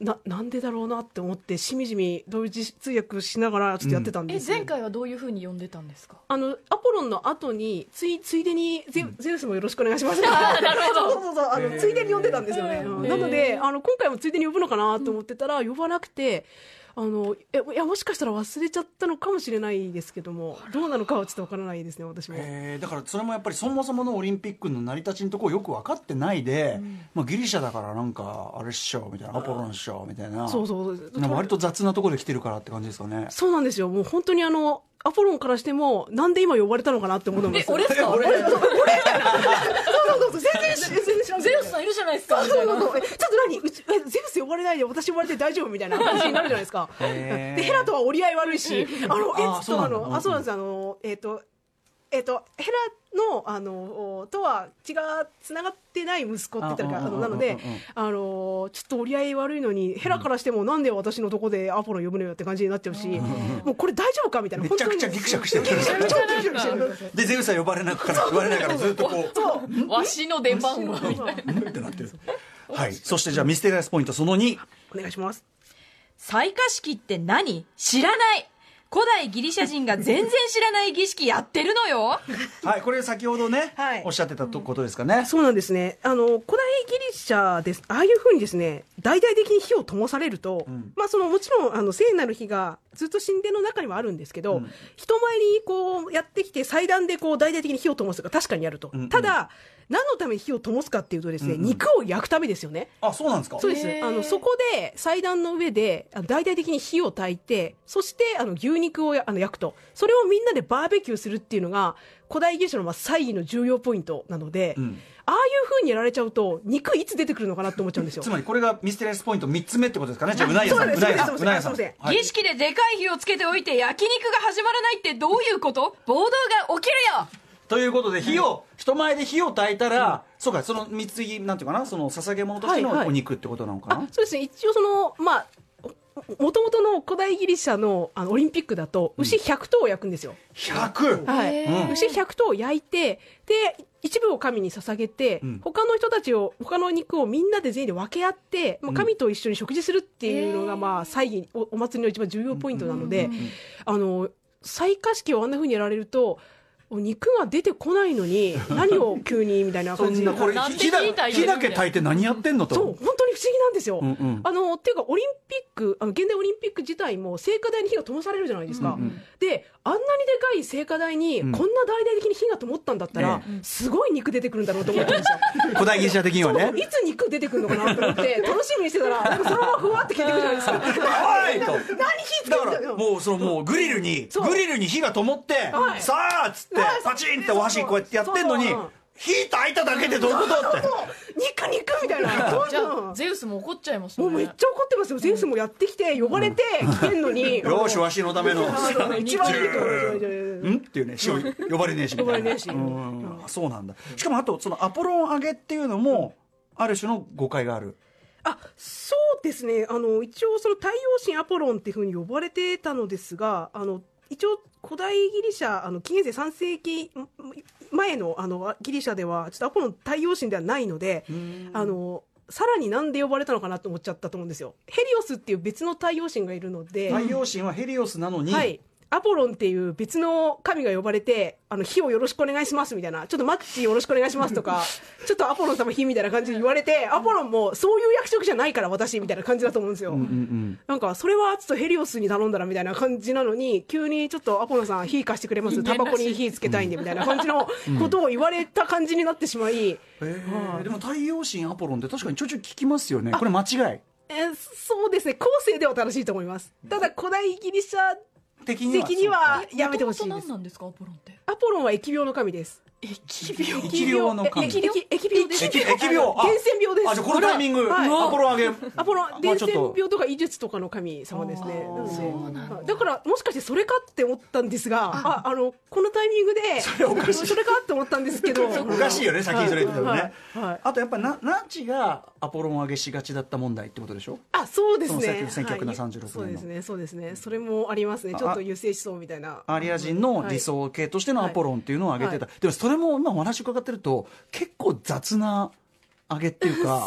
ななんでだろうなって思ってしみじみ同時通訳しながらちょっとやってたんですよ、 え前回はどういうふうに呼んでたんですか？ あのアポロンの後についついでにゼ,、ゼウスもよろしくお願いしますあーなるほどそうそうそうあのついでに呼んでたんですよね、うんなのであの今回もついでに呼ぶのかなと思ってたら呼ばなくて、あのえいやもしかしたら忘れちゃったのかもしれないですけども、どうなのかはちょっとわからないですね私も。 えーだからそれもやっぱりそもそものオリンピックの成り立ちのところよく分かってないで、まあ、ギリシャだからなんかあれっしょみたいな、アポロンっしょみたいな、 そうそうそうなんか割と雑なところで来てるからって感じですかね。 そうなんですよ。もう本当にあのアポロンからしてもなんで今呼ばれたのかなって思うんですよ。 俺っすか？ 俺俺みたいな。そうそうそう全然全然知らない。 ゼウスさんいるじゃないですかそうみたいな。 そうそうえちょっと何うちえゼウス呼ばれないで私呼ばれて大丈夫みたいな話になるじゃないですか。 へーでヘラとは折り合い悪いし、あのえあーっとあそうなんだうんうんのあそうなんですあのえっとえっとヘラのあのとは血がつながってない息子って言ったらいいかあのなのであのちょっと折り合い悪いのにヘラからしてもなんで私のとこでアポロン呼ぶのよって感じになっちゃうし、もうこれ大丈夫かみたいな。 めちゃくちゃギクシャクしてるギクシャク超ギクシャクしてる。 でゼウスは呼ばれなくから呼ばれないからずっとこうそうわしの出番はみたいな。 うんってなってる。はい、そしてじゃあミステリアスポイントそのに。 お願いします。 採火式って何？知らない。古代ギリシャ人が全然知らない儀式やってるのよ。 はい、これ先ほどね、 はい、 おっしゃってたとことですかね。 そうなんですね。あの古代ギリシャです。ああいうふうにですね、大々的に火を灯されると、うん、まあそのもちろんあの聖なる火がずっと神殿の中にはあるんですけど、うん、人前にこうやってきて祭壇でこう大々的に火を灯すが確かにやると。うんうん、ただ何のために火を灯すかっていうとですね、うんうん、肉を焼くためですよね。 あ、そうなんですか。 そうです。あのそこで祭壇の上で大々的に火を焚いて、そしてあの牛肉をあの焼くと、それをみんなでバーベキューするっていうのが古代ギリシャのまあ祭儀の重要ポイントなので、うん、ああいう風にやられちゃうと肉いつ出てくるのかなって思っちゃうんですよ。 つまりこれがミステリアスポイントみっつめってことですかね。じゃあうなぎさん、うなぎさん、うなぎさん、 儀式ででかい火をつけておいて焼肉が始まらないってどういうこと？暴動が起きるよ。 ということで火を、人前で火を焚いたら、うん、そうか、その貢ぎなんていうかな、その捧げ物としてのお肉ってことなのかな。はいはい、 そうですね。一応そのまあもともとの古代ギリシャ の, あのオリンピックだと牛ひゃくとうを焼くんですよ。 ひゃく、 はい、うん、牛ひゃくとうを焼いて、で一部を神に捧げて、うん、他の人たちを他の肉をみんなで全員で分け合って、まあ、神と一緒に食事するっていうのが、まあ、祭儀 お, お祭りの一番重要ポイントなので、あの採火式をあんな風にやられると肉が出てこないのに何を急にみたいな感じでこれ火だ火だけ焚いて何やってんのと。 そう本当に不思議なんですよ。うんうん、あのっていうかオリンピックあの現代オリンピック自体も聖火台に火が灯されるじゃないですか。うんうん、であんなにでかい聖火台にこんな大々的に火が灯ったんだったら、うん、すごい肉出てくるんだろうと思ったんですよ。 古代ギリシャ的にはね。 いつ肉出てくるのかなと思って楽しみにしてたらなんかそのままふわって消えてくるじゃないですか。 はいと。 何火つけてだからもうそのもうグリルにグリルに火が灯って、はい、さあっつってパチンってお箸こうやってやってんのに火焚いただけでどういうことって肉肉みたいな。 じゃあゼウスも怒っちゃいますね。 もうめっちゃ怒ってますよ。ゼウスもやってきて呼ばれて来てんのに、 うん、よしわしのための一番いいんっていうね呼ばれねえしみたいな。そうなんだ。しかもあとそのアポロン揚げっていうのもある種の誤解がある。 あそうですね。あの一応その太陽神アポロンっていうふうに呼ばれてたのですが、あの一応古代ギリシャあの紀元前さんせいき前 の, あのギリシャではちょっとアポロン太陽神ではないので、あのさらになんで呼ばれたのかなと思っちゃったと思うんですよ。ヘリオスっていう別の太陽神がいるので、 太陽神はヘリオスなのに、 はい、アポロンっていう別の神が呼ばれて、あの火をよろしくお願いしますみたいな、ちょっとマッチよろしくお願いしますとかちょっとアポロン様火みたいな感じで言われて、アポロンもそういう役職じゃないから私みたいな感じだと思うんですよ。うんうんうん、なんかそれはちょっとヘリオスに頼んだらみたいな感じなのに、急にちょっとアポロンさん火貸してくれます、タバコに火つけたいんでみたいな感じのことを言われた感じになってしまい、 うんはあ、でも太陽神アポロンって確かにちょいちょい聞きますよね。これ間違い？ えー、そうですね、後世では正しいと思います。ただ古代ギリシャ的に は, 的にはやめてほしいです。 何なんですかアポロンって？ アポロンは疫病の神です。 疫病疫病の神。 疫病です。 疫病。 伝染病です。 あ、じゃあこのタイミング、はい、アポロンあげ。 アポロン伝染病とか医術とかの神様ですね。なのでだからもしかしてそれかって思ったんですが、ああのこのタイミングでそれおかしい。 それかって思ったんですけど、 おかしいよね、先にそれ言ってたらね。はいはい、あとやっぱなナチがアポロン上げしがちだった問題ってことでしょ。 あ、そうですね。 せんきゅうひゃくさんじゅうろくねんの、 はい、そうですね、そうですね。それもありますね。ちょっと優勢思想みたいな。 アリア人の理想形としてのアポロンっていうのを挙げてた。はいはい、でもそれも今お話伺ってると結構雑な上げっていうか。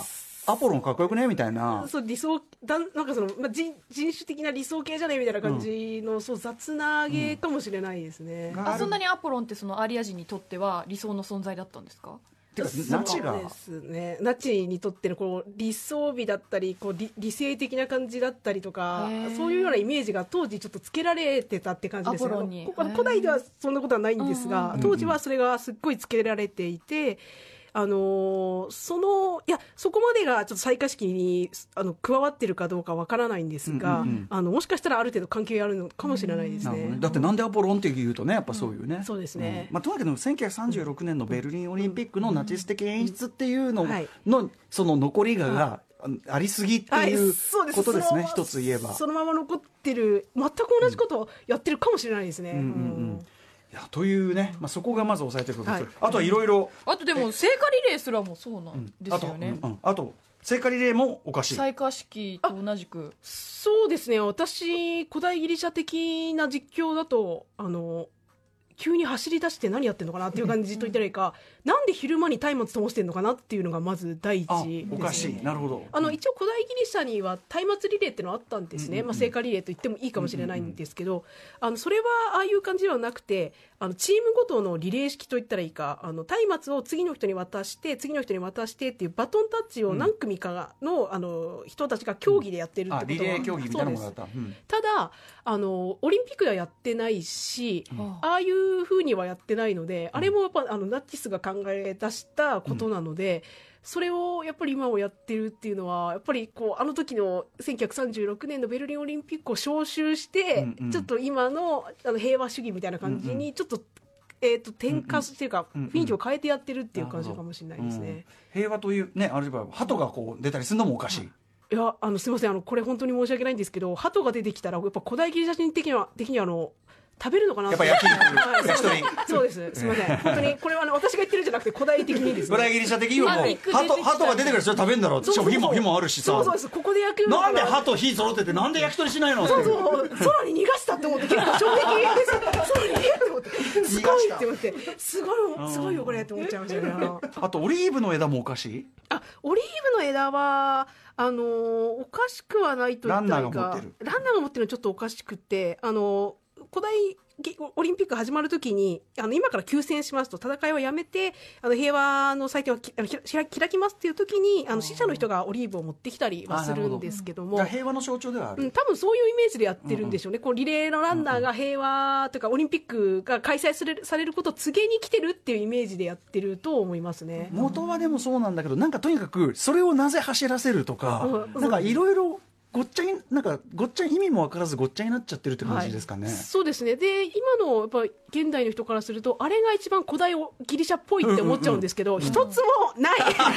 アポロンかっこよくねみたいな。 そう理想だなんかその、まあ、人人種的な理想系じゃないみたいな感じの、うん、そう雑な芸かもしれないですね、 うん、あそんなにアポロンってそのアリア人にとっては理想の存在だったんですか？ てかナチがそうですね、ナチにとってのこう理想美だったりこう 理, 理性的な感じだったりとか、そういうようなイメージが当時ちょっとつけられてたって感じですね。 アポロンに古代ではそんなことはないんですが、当時はそれがすっごいつけられていて、あのー、そのいやそこまでがちょっと採火式にあの加わってるかどうかわからないんですが、うんうんうん、あのもしかしたらある程度関係あるのかもしれないですね。 ね、だってなんでアポロンって言うとねやっぱそういうね、 うん、そうですね、 うんまあ、とにかくせんきゅうひゃくさんじゅうろくねんのベルリンオリンピックのナチス的演出っていうののその残りががありすぎっていうことですね、はい、一つ言えばそのまま残ってる全く同じことをやってるかもしれないですね、うんうんうんうんいやというね、まあ、そこがまず押さえてることです、はい、あとはいろいろあとでも聖火リレーすらもそうなんですよね、 うん、あと、うん、あと聖火リレーもおかしい採火式と同じくそうですね私古代ギリシャ的な実況だとあの急に走り出して何やってんのかなっていう感じと言ったらいいか、なんで昼間に松明灯してるのかなっていうのがまず第一です、ね、 おかしいなるほどあの一応古代ギリシャには松明リレーっていうのはあったんですね、うんうんうんまあ、聖火リレーと言ってもいいかもしれないんですけど、うんうんうん、あのそれはああいう感じではなくてあのチームごとのリレー式と言ったらいいかあの松明を次の人に渡して次の人に渡してっていうバトンタッチを何組か の,、うん、あの人たちが競技でやってるってことは、うん、 リレー競技みたいなものだった、うん、 ただあのオリンピックではやってないし、うん、ああいう風にはやってないので、うん、あれもやっぱあのナチスが考え出したことなので、うん、それをやっぱり今もやってるっていうのはやっぱりこうあの時のせんきゅうひゃくさんじゅうろくねんのベルリンオリンピックを招集して、うんうん、ちょっと今 の, あの平和主義みたいな感じにちょっと、うんうんえー、と転換していうか、うんうん、雰囲気を変えてやってるっていう感じかもしれないですね、うん、 平和というねあるいは鳩がこう出たりするのもおかしい、 いやあのすみませんあのこれ本当に申し訳ないんですけど鳩が出てきたらやっぱ古代ギリシャ人的には的にはあの食べるのかなやっぱ焼き肉、はい、焼き鳥そうですすみません本当にこれは、ね、私が言ってるんじゃなくて古代的にですね古代ギリシャ的にはもう鳩鳩が出てくるそれ食べるんだろうしかも火も火もあるしさそうそうですここで焼くのなんで鳩火揃っててなんで焼き鳥しないのそうそう空に逃がしたって思って結構衝撃です空に逃がしたって思ってすごいって思ってすごいすごいよこれって思っちゃいましたねあとオリーブの枝もおかしいあオリーブの枝はあのー、おかしくはないと言ったらいいかランナーが持ってるランナーが持ってるのはちょっとおかしくてあのー、古代オリンピック始まるときにあの今から休戦しますと戦いはやめてあの平和の祭典をきあのひら開きますっていうときにあの死者の人がオリーブを持ってきたりはするんですけどもど平和の象徴ではある、 うん、多分そういうイメージでやってるんでしょうね、うんうん、こうリレーのランナーが平和というかオリンピックが開催される、されることを告げに来てるっていうイメージでやってると思いますね。 元はでもそうなんだけどなんかとにかくそれをなぜ走らせるとか、うん、なんかいろいろごっちゃになんかごっちゃ意味も分からずごっちゃになっちゃってるって感じですかね、はい、 そうですね。で今のやっぱ現代の人からするとあれが一番古代ギリシャっぽいって思っちゃうんですけど、うんうんうん、一つもないちな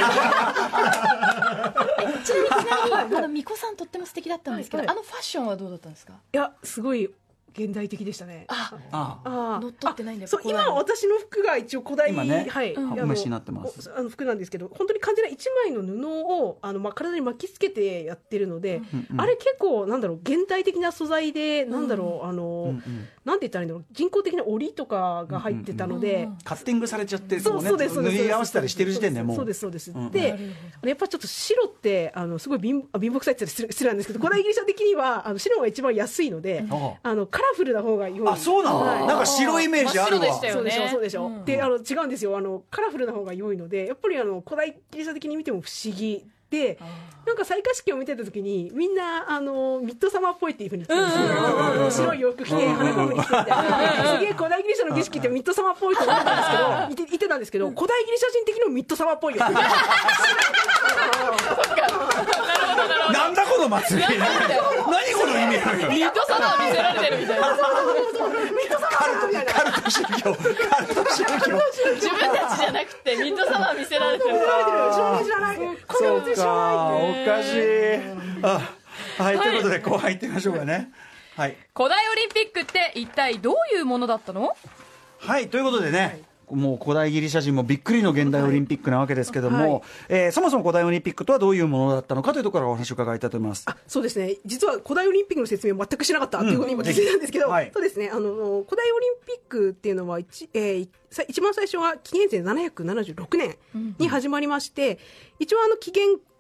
みにちなみにあの巫女さんとっても素敵だったんですけど、はいはい、あのファッションはどうだったんですか？ いやすごい現代的でしたね。 あああ乗っ取ってないんだよ。 そう今私の服が一応古代今ね、 はい、 うん、お召しになってます。 あの服なんですけど本当に完全な一枚の布をあの、まあ、体に巻きつけてやってるので、うんうん、あれ結構なんだろう現代的な素材で、うん、なんだろうあの、うんうん、なんて言ったらいいんだろう人工的な織とかが入ってたので、うんうんうん、 カッティングされちゃってそうそうです縫い合わせたりしてる時点でもうそうですそうです、うん、でやっぱりちょっと白ってあのすごい貧貧乏くさいって言ったら失礼なんですけど古代ギリシャ的にはあの白が一番安いので、うん、あのカラフルな方が良い。 あそうなの、はい、なんか白いイメージあるわ。 そうでしょそうでしょ、うん、であの違うんですよあのカラフルな方が良いのでやっぱりあの古代ギリシャ的に見ても不思議でなんか採火式を見てた時にみんなあのミッドサマーっぽいっていう風に言ってるんですよ。白い洋服着て花籠に着てみたいなすげえ古代ギリシャの儀式ってミッドサマーっぽいと思ったんですけど言って言ってたんですけど古代ギリシャ人的にもミッドサマーっぽいよなんだこの祭り何この意味ミッドサマー見せられてるみたいなカルト宗教カルト宗教自分たちじゃなくてミッドサマー見せられてる知らないそうかおかしいあはい、はい、ということで後半いってみましょうかね、はい、 古代オリンピックって一体どういうものだったの？ はいということでね、はいもう古代ギリシャ人もびっくりの現代オリンピックなわけですけども、はいはいえー、そもそも古代オリンピックとはどういうものだったのかというところからお話を伺いたいと思います。 あそうですね実は古代オリンピックの説明を全くしなかったというふうに今気づいたんですけど、うんはい、そうですねあの古代オリンピックっていうのは 一,、えー、一番最初は紀元前ななひゃくななじゅうろくねんに始まりまして、うん、一応あの紀元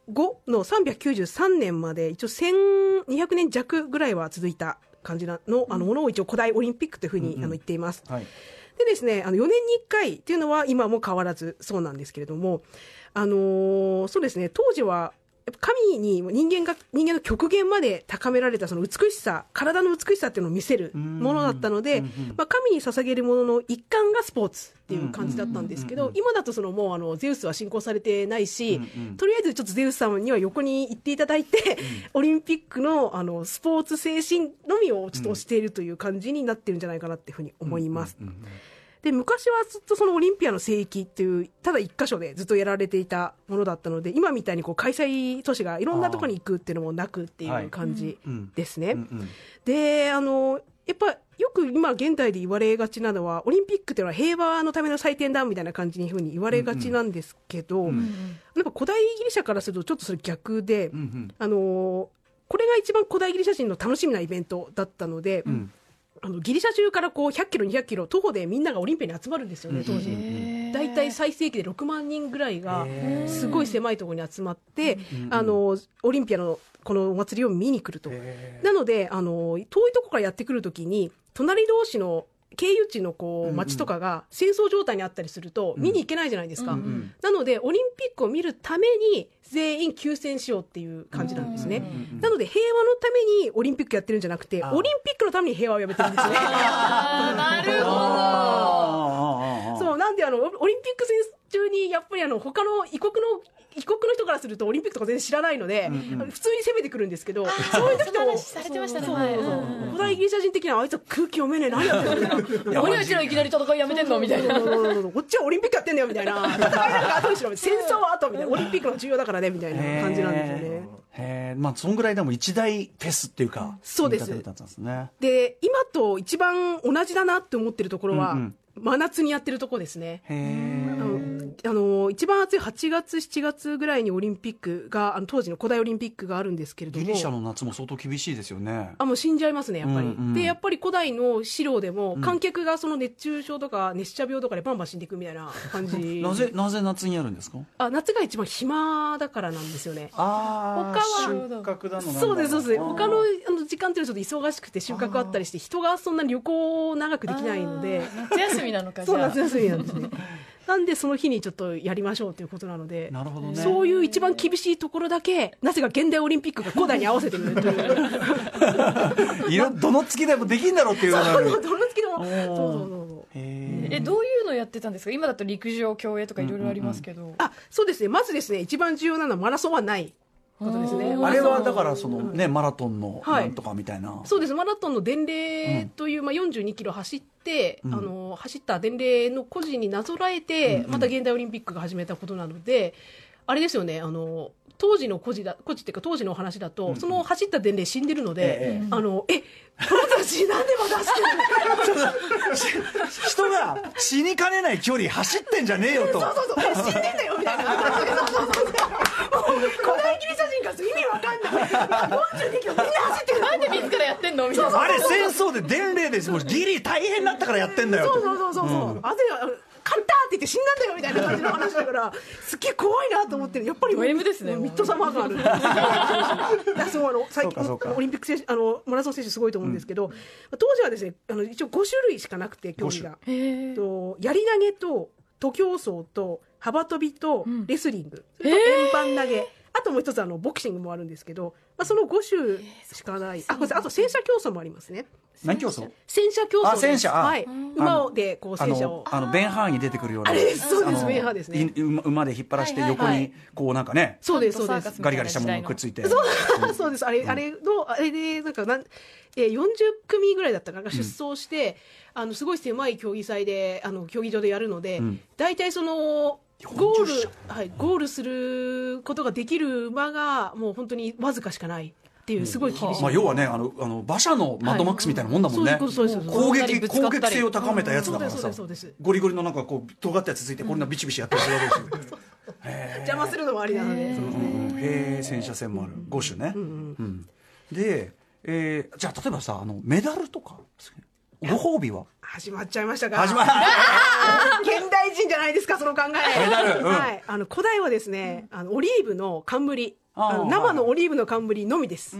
後のさんびゃくきゅうじゅうさんねんまで一応せんにひゃくねん弱ぐらいは続いた感じな の, あのものを一応古代オリンピックというふうに、うんうん、あの言っています、はい、でですね、あのよねんにいっかいっていうのは今も変わらずそうなんですけれども、あのー、そうですね、当時は神に人間が人間の極限まで高められたその美しさ、体の美しさっていうのを見せるものだったので、まあ、神に捧げるものの一環がスポーツっていう感じだったんですけど、今だとそのもうあのゼウスは信仰されてないし、とりあえずちょっとゼウス様には横に行っていただいて、オリンピックのあのスポーツ精神のみをちょっと推しているという感じになってるんじゃないかなっていうふうに思います。で、昔はずっとそのオリンピアの聖域っていうただ一箇所でずっとやられていたものだったので、今みたいにこう開催都市がいろんなところに行くっていうのもなくっていう感じですね、はい、うんうん、で、あのやっぱよく今現代で言われがちなのは、オリンピックっていうのは平和のための祭典だみたいな感じにふうに言われがちなんですけど、うんうん、なんか古代ギリシャからするとちょっとそれ逆で、うんうん、あのこれが一番古代ギリシャ人の楽しみなイベントだったので、うん、あのギリシャ中からこうひゃっキロにひゃっキロ徒歩でみんながオリンピアに集まるんですよね、当時。だいたい最盛期でろくまんにんぐらいがすごい狭いところに集まって、あのオリンピアのこのお祭りを見に来ると。なのであの遠いところからやってくるときに隣同士の経由地のこう街とかが戦争状態にあったりすると見に行けないじゃないですか、うんうん、なのでオリンピックを見るために全員休戦しようっていう感じなんですね、うんうんうん、なので平和のためにオリンピックやってるんじゃなくて、オリンピックのために平和をやめてるんですね。 なるほど。 そうなんであのオリンピック戦中にやっぱりあの他の異国の異国の人からするとオリンピックとか全然知らないので、うんうん、普通に攻めてくるんですけど、そういう時と話されてましたね。 古代ギリシャ人的にはあいつは空気読めねえ、何やってんの何うちらいきなり戦いやめてんのみたいな、 こっちはオリンピックやってんだよみたいな、戦いなんか後にしろ、戦争は後みたいな、オリンピックの重要だからねみたいな感じなんですよね。 へー、まあそんぐらいでも一大フェスっていうか、 そうです。で、今と一番同じだなって思ってるところは、うんうん、真夏にやってるとこですね。へー、あの一番暑いはちがつしちがつぐらいにオリンピックが、あの当時の古代オリンピックがあるんですけれども、 ギリシャの夏も相当厳しいですよね。 あ、もう死んじゃいますねやっぱり、うんうん、でやっぱり古代の資料でも観客がその熱中症とか熱射病とかでバンバン死んでいくみたいな感じなぜなぜ夏にやるんですか？ あ、夏が一番暇だからなんですよね。 あ、他は収穫だのなんだろう。 そうですそうです。他のあの時間っていうのはちょっと忙しくて収穫あったりして、人がそんな旅行長くできないので、 夏休みなのかじゃあ。 そう、夏休みなんですね。なんでその日にちょっとやりましょうということなので、 なるほどね、 そういう一番厳しいところだけなぜか現代オリンピックが古代に合わせてるといういろどの月でもできんだろうっていうのがある。 そう、どの月でもそうそうそう。 え、どういうのやってたんですか？今だと陸上競泳とかいろいろありますけど、うんうんうん、 あ、そうですね、まずですね、一番重要なのはマラソンはないことですね。 あれはだからその、ね、マラトンのなんとかみたいな、はい、 そうです。マラトンの伝令という、うん、まあ、よんじゅうにキロ走って、うん、あの走った伝令の個人になぞらえて、うんうん、また現代オリンピックが始めたことなので、あれですよね、あの当時の孤児だ孤児っていうか当時のお話だと、うんうん、その走った伝令死んでるので、ええ、あのえこの人たち何でも出してる人が死にかねない距離走ってんじゃねえよと。 そうそうそう、死んでんだよみたいな話で、そうそうそう、古代ギリシャ人からすると意味わかんない、よんじゅうにキロみんな走ってる、 なんで自らやってんのみたいな。 あれ戦争で伝令です、もうギリ大変だったからやってんだよ。 そうそうそうそう、うん、あぜ勝ったって言って死んだんだよみたいな感じの話だからすっげえ怖いなと思って、やっぱりド M ですね、 ミッドサマーがあるそう、あの最近オリンピック選手、あのマラソン選手すごいと思うんですけど、うん、当時はですね、あの一応ご種類しかなくて競技が、とやり投げと徒競走と幅跳びとレスリング、うん、それと円盤投げ、あともう一つあのボクシングもあるんですけど、まあ、そのご種しかない。あ、あと戦車競争もありますね。 何競争？ 戦車競争です。 あ、戦車、 はい、馬でこう戦車を、 あのベンハーに出てくるような、 あれです、そうです、ベンハーですね。 馬で引っ張らして横にこうなんかね、はいはいはい、 そうですそうです、 ガリガリしたものがくっついて、 そうそうです、あれ、うん、あれのあれでなんかなん、えー、よんじゅっくみぐらいだったかな、出走して、うん、あのすごい狭い競技祭で、あの競技場でやるので、大体、うん、そのゴール、はい、ゴールすることができる馬がもう本当にわずかしかないっていう、すごい厳しい、 まあ、要はね、あのあの馬車のマッドマックスみたいなもんだもんね、はい、攻撃攻撃性を高めたやつだからさ、ゴリゴリのなんかこう尖ったやつついてこんなビチビチやってるわけですよ邪魔するのもありなので、 うんうん、へえ、戦車戦もある、ご種ね、うんうんうん、で、えー、じゃあ例えばさ、あのメダルとかご褒美は始まっちゃいましたか。 始まる現代人じゃないですか、その考え。 メダル、うん、 はい、あの古代はですね、あのオリーブの冠、 ああの生のオリーブの冠のみです、 うん、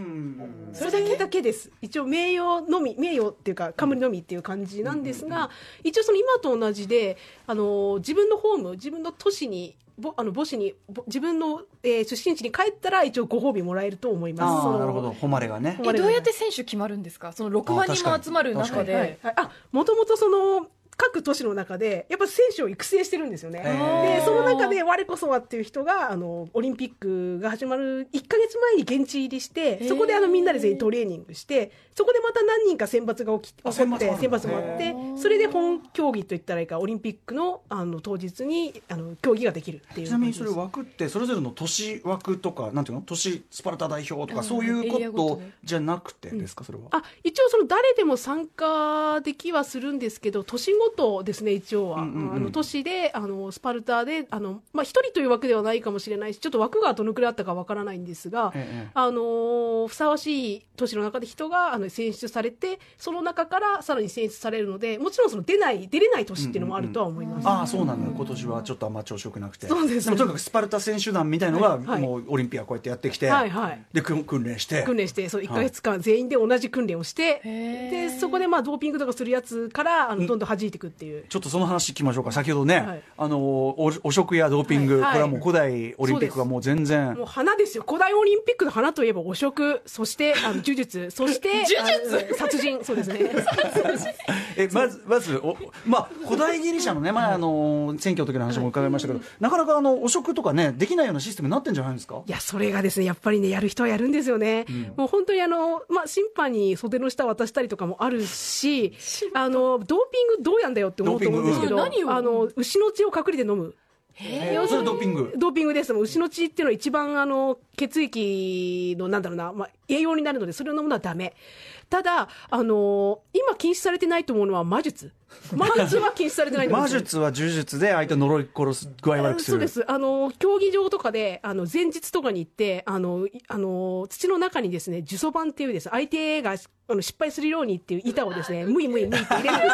それだけだけです。一応名誉のみ、名誉っていうか冠のみっていう感じなんですが、うんうんうん、一応その今と同じで、あの自分のホーム、自分の都市にぼあの母子に自分の、えー、出身地に帰ったら一応ご褒美もらえると思います。 あ、なるほど、誉れがね。 え、どうやって選手決まるんですか、そのろくまんにんも集まる中で。 はいはい、あ、もともとその各都市の中でやっぱ選手を育成してるんですよね。でその中で我こそはっていう人があのオリンピックが始まるいっかげつまえに現地入りして、そこであのみんなで全員トレーニングして、そこでまた何人か選抜が起き起こって選抜もあって、それで本競技といったらいいか、オリンピックのあの当日にあの競技ができるっていう。 ちなみにそれ枠ってそれぞれの都市枠とかなんていうの、都市スパルタ代表とかそういうことじゃなくてですか、それは。 あ、一応その誰でも参加できはするんですけど、都市ごとですね、一応は、うんうんうん、あの都市であのスパルタであの、まあ、ひとりという枠ではないかもしれないし、ちょっと枠がどのくらいあったかわからないんですが、ええ、あのふさわしい都市の中で人があの選出されて、その中からさらに選出されるので、もちろんその出ない出れない都市っていうのもあるとは思います。 うんうんうん、ああ、そうなんだ。今年はちょっとあんま調子よくなくて、 そうですね、 でもとにかくスパルタ選手団みたいのが、はいはい、もうオリンピアこうやってやってきて、はいはい、で訓練して訓練してそういっかげつかん全員で同じ訓練をして、はい、でそこでまあドーピングとかするやつからあのどんどん弾いていくっていう、 うん、ちょっとその話聞きましょうか。先ほどね、はい、あの お, お食やドーピング、はいはい、これはもう古代オリンピックがもう全然もう花ですよ。古代オリンピックの花といえばお食、そしてあの呪術、そして呪術殺人、そうですねえまずまずお、まあ、古代ギリシャのね、前あの選挙の時の話も伺いましたけど、はい、なかなかあのお食とかねできないようなシステムになってんじゃないですか。 いや、それがですね、やっぱりね、やる人はやるんですよね、うん、もう本当にあの、まあ、審判に袖の下渡したりとかもあるし、あのドーピングどうやんだよって思うと思うんですけど、うん、あの牛の血を隠れて飲む、 へー、それドーピングドーピングです。牛の血っていうのは一番あの血液のなんだろうな、まあ、栄養になるので、それを飲むのはダメ。ただ、あのー、今禁止されてないと思うのは魔術。魔術は禁止されてないんです魔術は呪術で相手を呪い殺す、具合悪くする。 そうです。あの競技場とかであの前日とかに行ってあのあの土の中にですね、呪詛盤っていうです、相手があの失敗するようにっていう板をですね、むいむいむいって入れる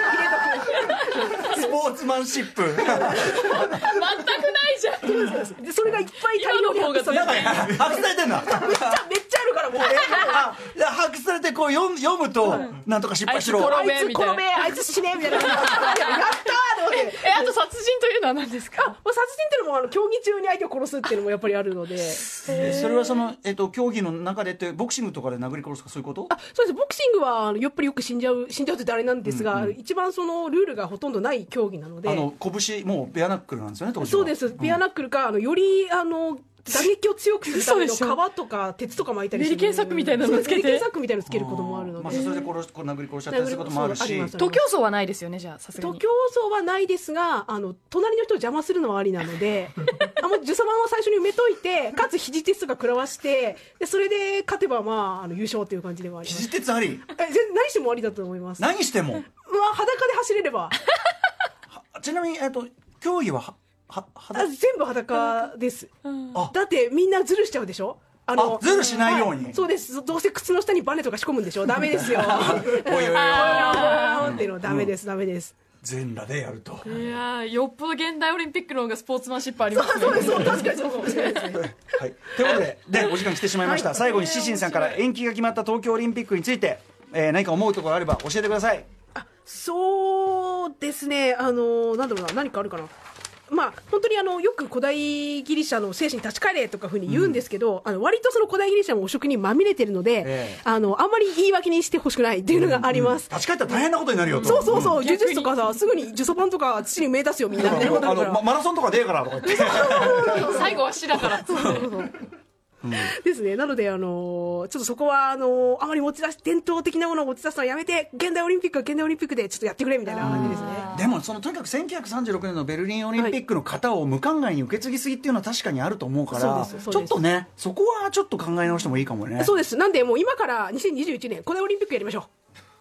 スポーツマンシップ全くないじゃん。でそれがいっぱい大量に発掘されて、 発掘されてんだ。 めっちゃめっちゃあるからもう。 あ、発掘されてこう読む、読むと、うん、なんとか失敗しろ。 あいつ転べ、あいつ死ねみたいな。やったーと思って。 え、あと殺人というのは何ですか。 あ、殺人っていうのもあの競技中に相手を殺すっていうのもやっぱりあるので。 えー、それはそのえっ、ー、と競技の中でってボクシングとかで殴り殺すかそういうこと？ あ、そうです。ボクシングはやっぱりよく死んじゃう死んじゃうってあれなんですが、うんうん、一番そのルールがほとんどない競技なので、 あの拳もうベアナックルなんですよね当時は。 そうです。ベアナックルか、あのよりあの打撃を強くするための皮とか鉄とか巻いたりする。 メリケンサックみたいなのつけて。 メリケンサックみたいなのつけることもあるので。 まあ、それで殺しこう殴り殺しちゃったりすることもあるし。 徒競走はないですよね、じゃあさすがに。 徒競走はないですが、あの隣の人を邪魔するのはありなので、あもう呪詛盤を最初に埋めといて、かつ肘鉄とか食らわして、でそれで勝てばまああの優勝という感じではあります。 肘鉄あり？ え全何してもありだと思います。 何しても？ まあ裸で走れれば。 ちなみにえっと競技はははあ全部裸です、うん、だってみんなズルしちゃうでしょ。 あのあズルしないように、 はい、そうです。どうせ靴の下にバネとか仕込むんでしょ。ダメですよ。おいおいおいっていうのはダメです、ダメです。 全裸でやると。 いやよっぽど現代オリンピックの方がスポーツマンシップありますね。 そうです、そう確かにそうかもしれないですね。 はい、ということで、でお時間来てしまいました、はい、最後にシシンさんから延期が決まった東京オリンピックについて、えー、何か思うところあれば教えてください。 あそうですね、あのなんだろうな、何かあるかな。まあ、本当にあのよく古代ギリシャの精神立ち返れとかふうに言うんですけど、うん、あの割とその古代ギリシャも汚職にまみれてるので、ええ、あのあんまり言い訳にしてほしくないっていうのがあります、 うんうん、立ち返ったら大変なことになるよと。 そうそうそう、呪術とかさすぐに呪詛盤とか土に埋め出すよみんなみたいなことだから、 あのマラソンとか出えからとか言って最後は死だからそうそうそううん、ですね。なので、あのー、ちょっとそこはあのー、あまり持ち出し伝統的なものを持ち出すのはやめて、現代オリンピックは現代オリンピックでちょっとやってくれみたいな感じですね。 でもそのとにかくせんきゅうひゃくさんじゅうろくねんのベルリンオリンピックの型を無考えに受け継ぎすぎっていうのは確かにあると思うから、はい、ちょっとねそこはちょっと考え直してもいいかもね。 そうです。なんでもう今からにせんにじゅういちねん古代オリンピックやりましょう。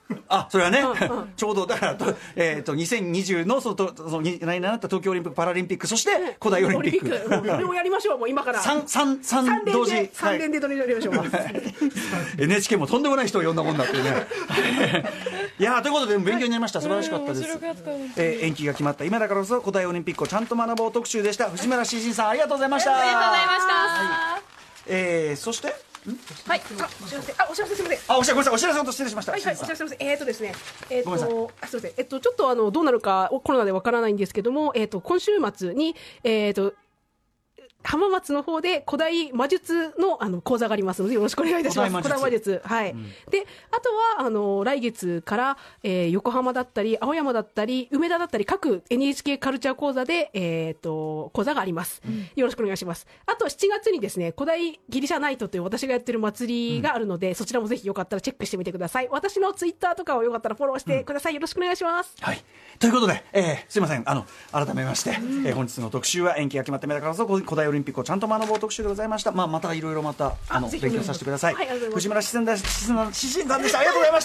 あ、それはね、 うんうん、 ちょうどだからと、えー、とにせんにじゅうのそのとその来年になった東京オリンピック・パラリンピック、そして古代オリンピック、 オリンピック、それをやりましょう、もう今から。 三三三同時、 三連で取りやりましょう。 エヌエイチケー もとんでもない人を呼んだもんだっていうね。いやー、ということで勉強になりました。素晴らしかったです。 面白かった。 えー、延期が決まった今だからこそ古代オリンピックをちゃんと学ぼう特集でした。藤村ししんさん、ありがとうございました。 ありがとうございました。 はい、えー、そしてはい、 あ、お知らせ、あ、お知らせすみません。 あ、お知らせ、ごめんなさい、お知らせのと失礼しました。 はいはい、お知らせすみません。えっ、ー、とですね、えっ、 ごめんなさいと、あ、すみません。えっと、ちょっとあの、どうなるか、コロナでわからないんですけども、えっと、今週末に、えっと、浜松の方で古代魔術のあの講座がありますのでよろしくお願いいたします。古代魔術、はい。うん、で、あとはあの来月から、えー、横浜だったり青山だったり梅田だったり各 エヌエイチケー カルチャー講座でえっ、ー、と講座があります、うん。よろしくお願いします。あとしちがつにですね古代ギリシャナイトという私がやってる祭りがあるので、うん、そちらもぜひよかったらチェックしてみてください。私のツイッターとかをよかったらフォローしてください。うん、よろしくお願いします。 はい。ということで、えー、すいません、あの改めまして、うん、えー、本日の特集は延期が決まった目だからこそ古代オリンピックをちゃんと学ぼう特集でございました。まあ、またいろいろまたあの勉強させてください。はい、藤村ししんさんでした。ありがとうございました。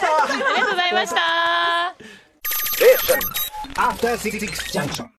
ありがとうございました。 After Six Junction.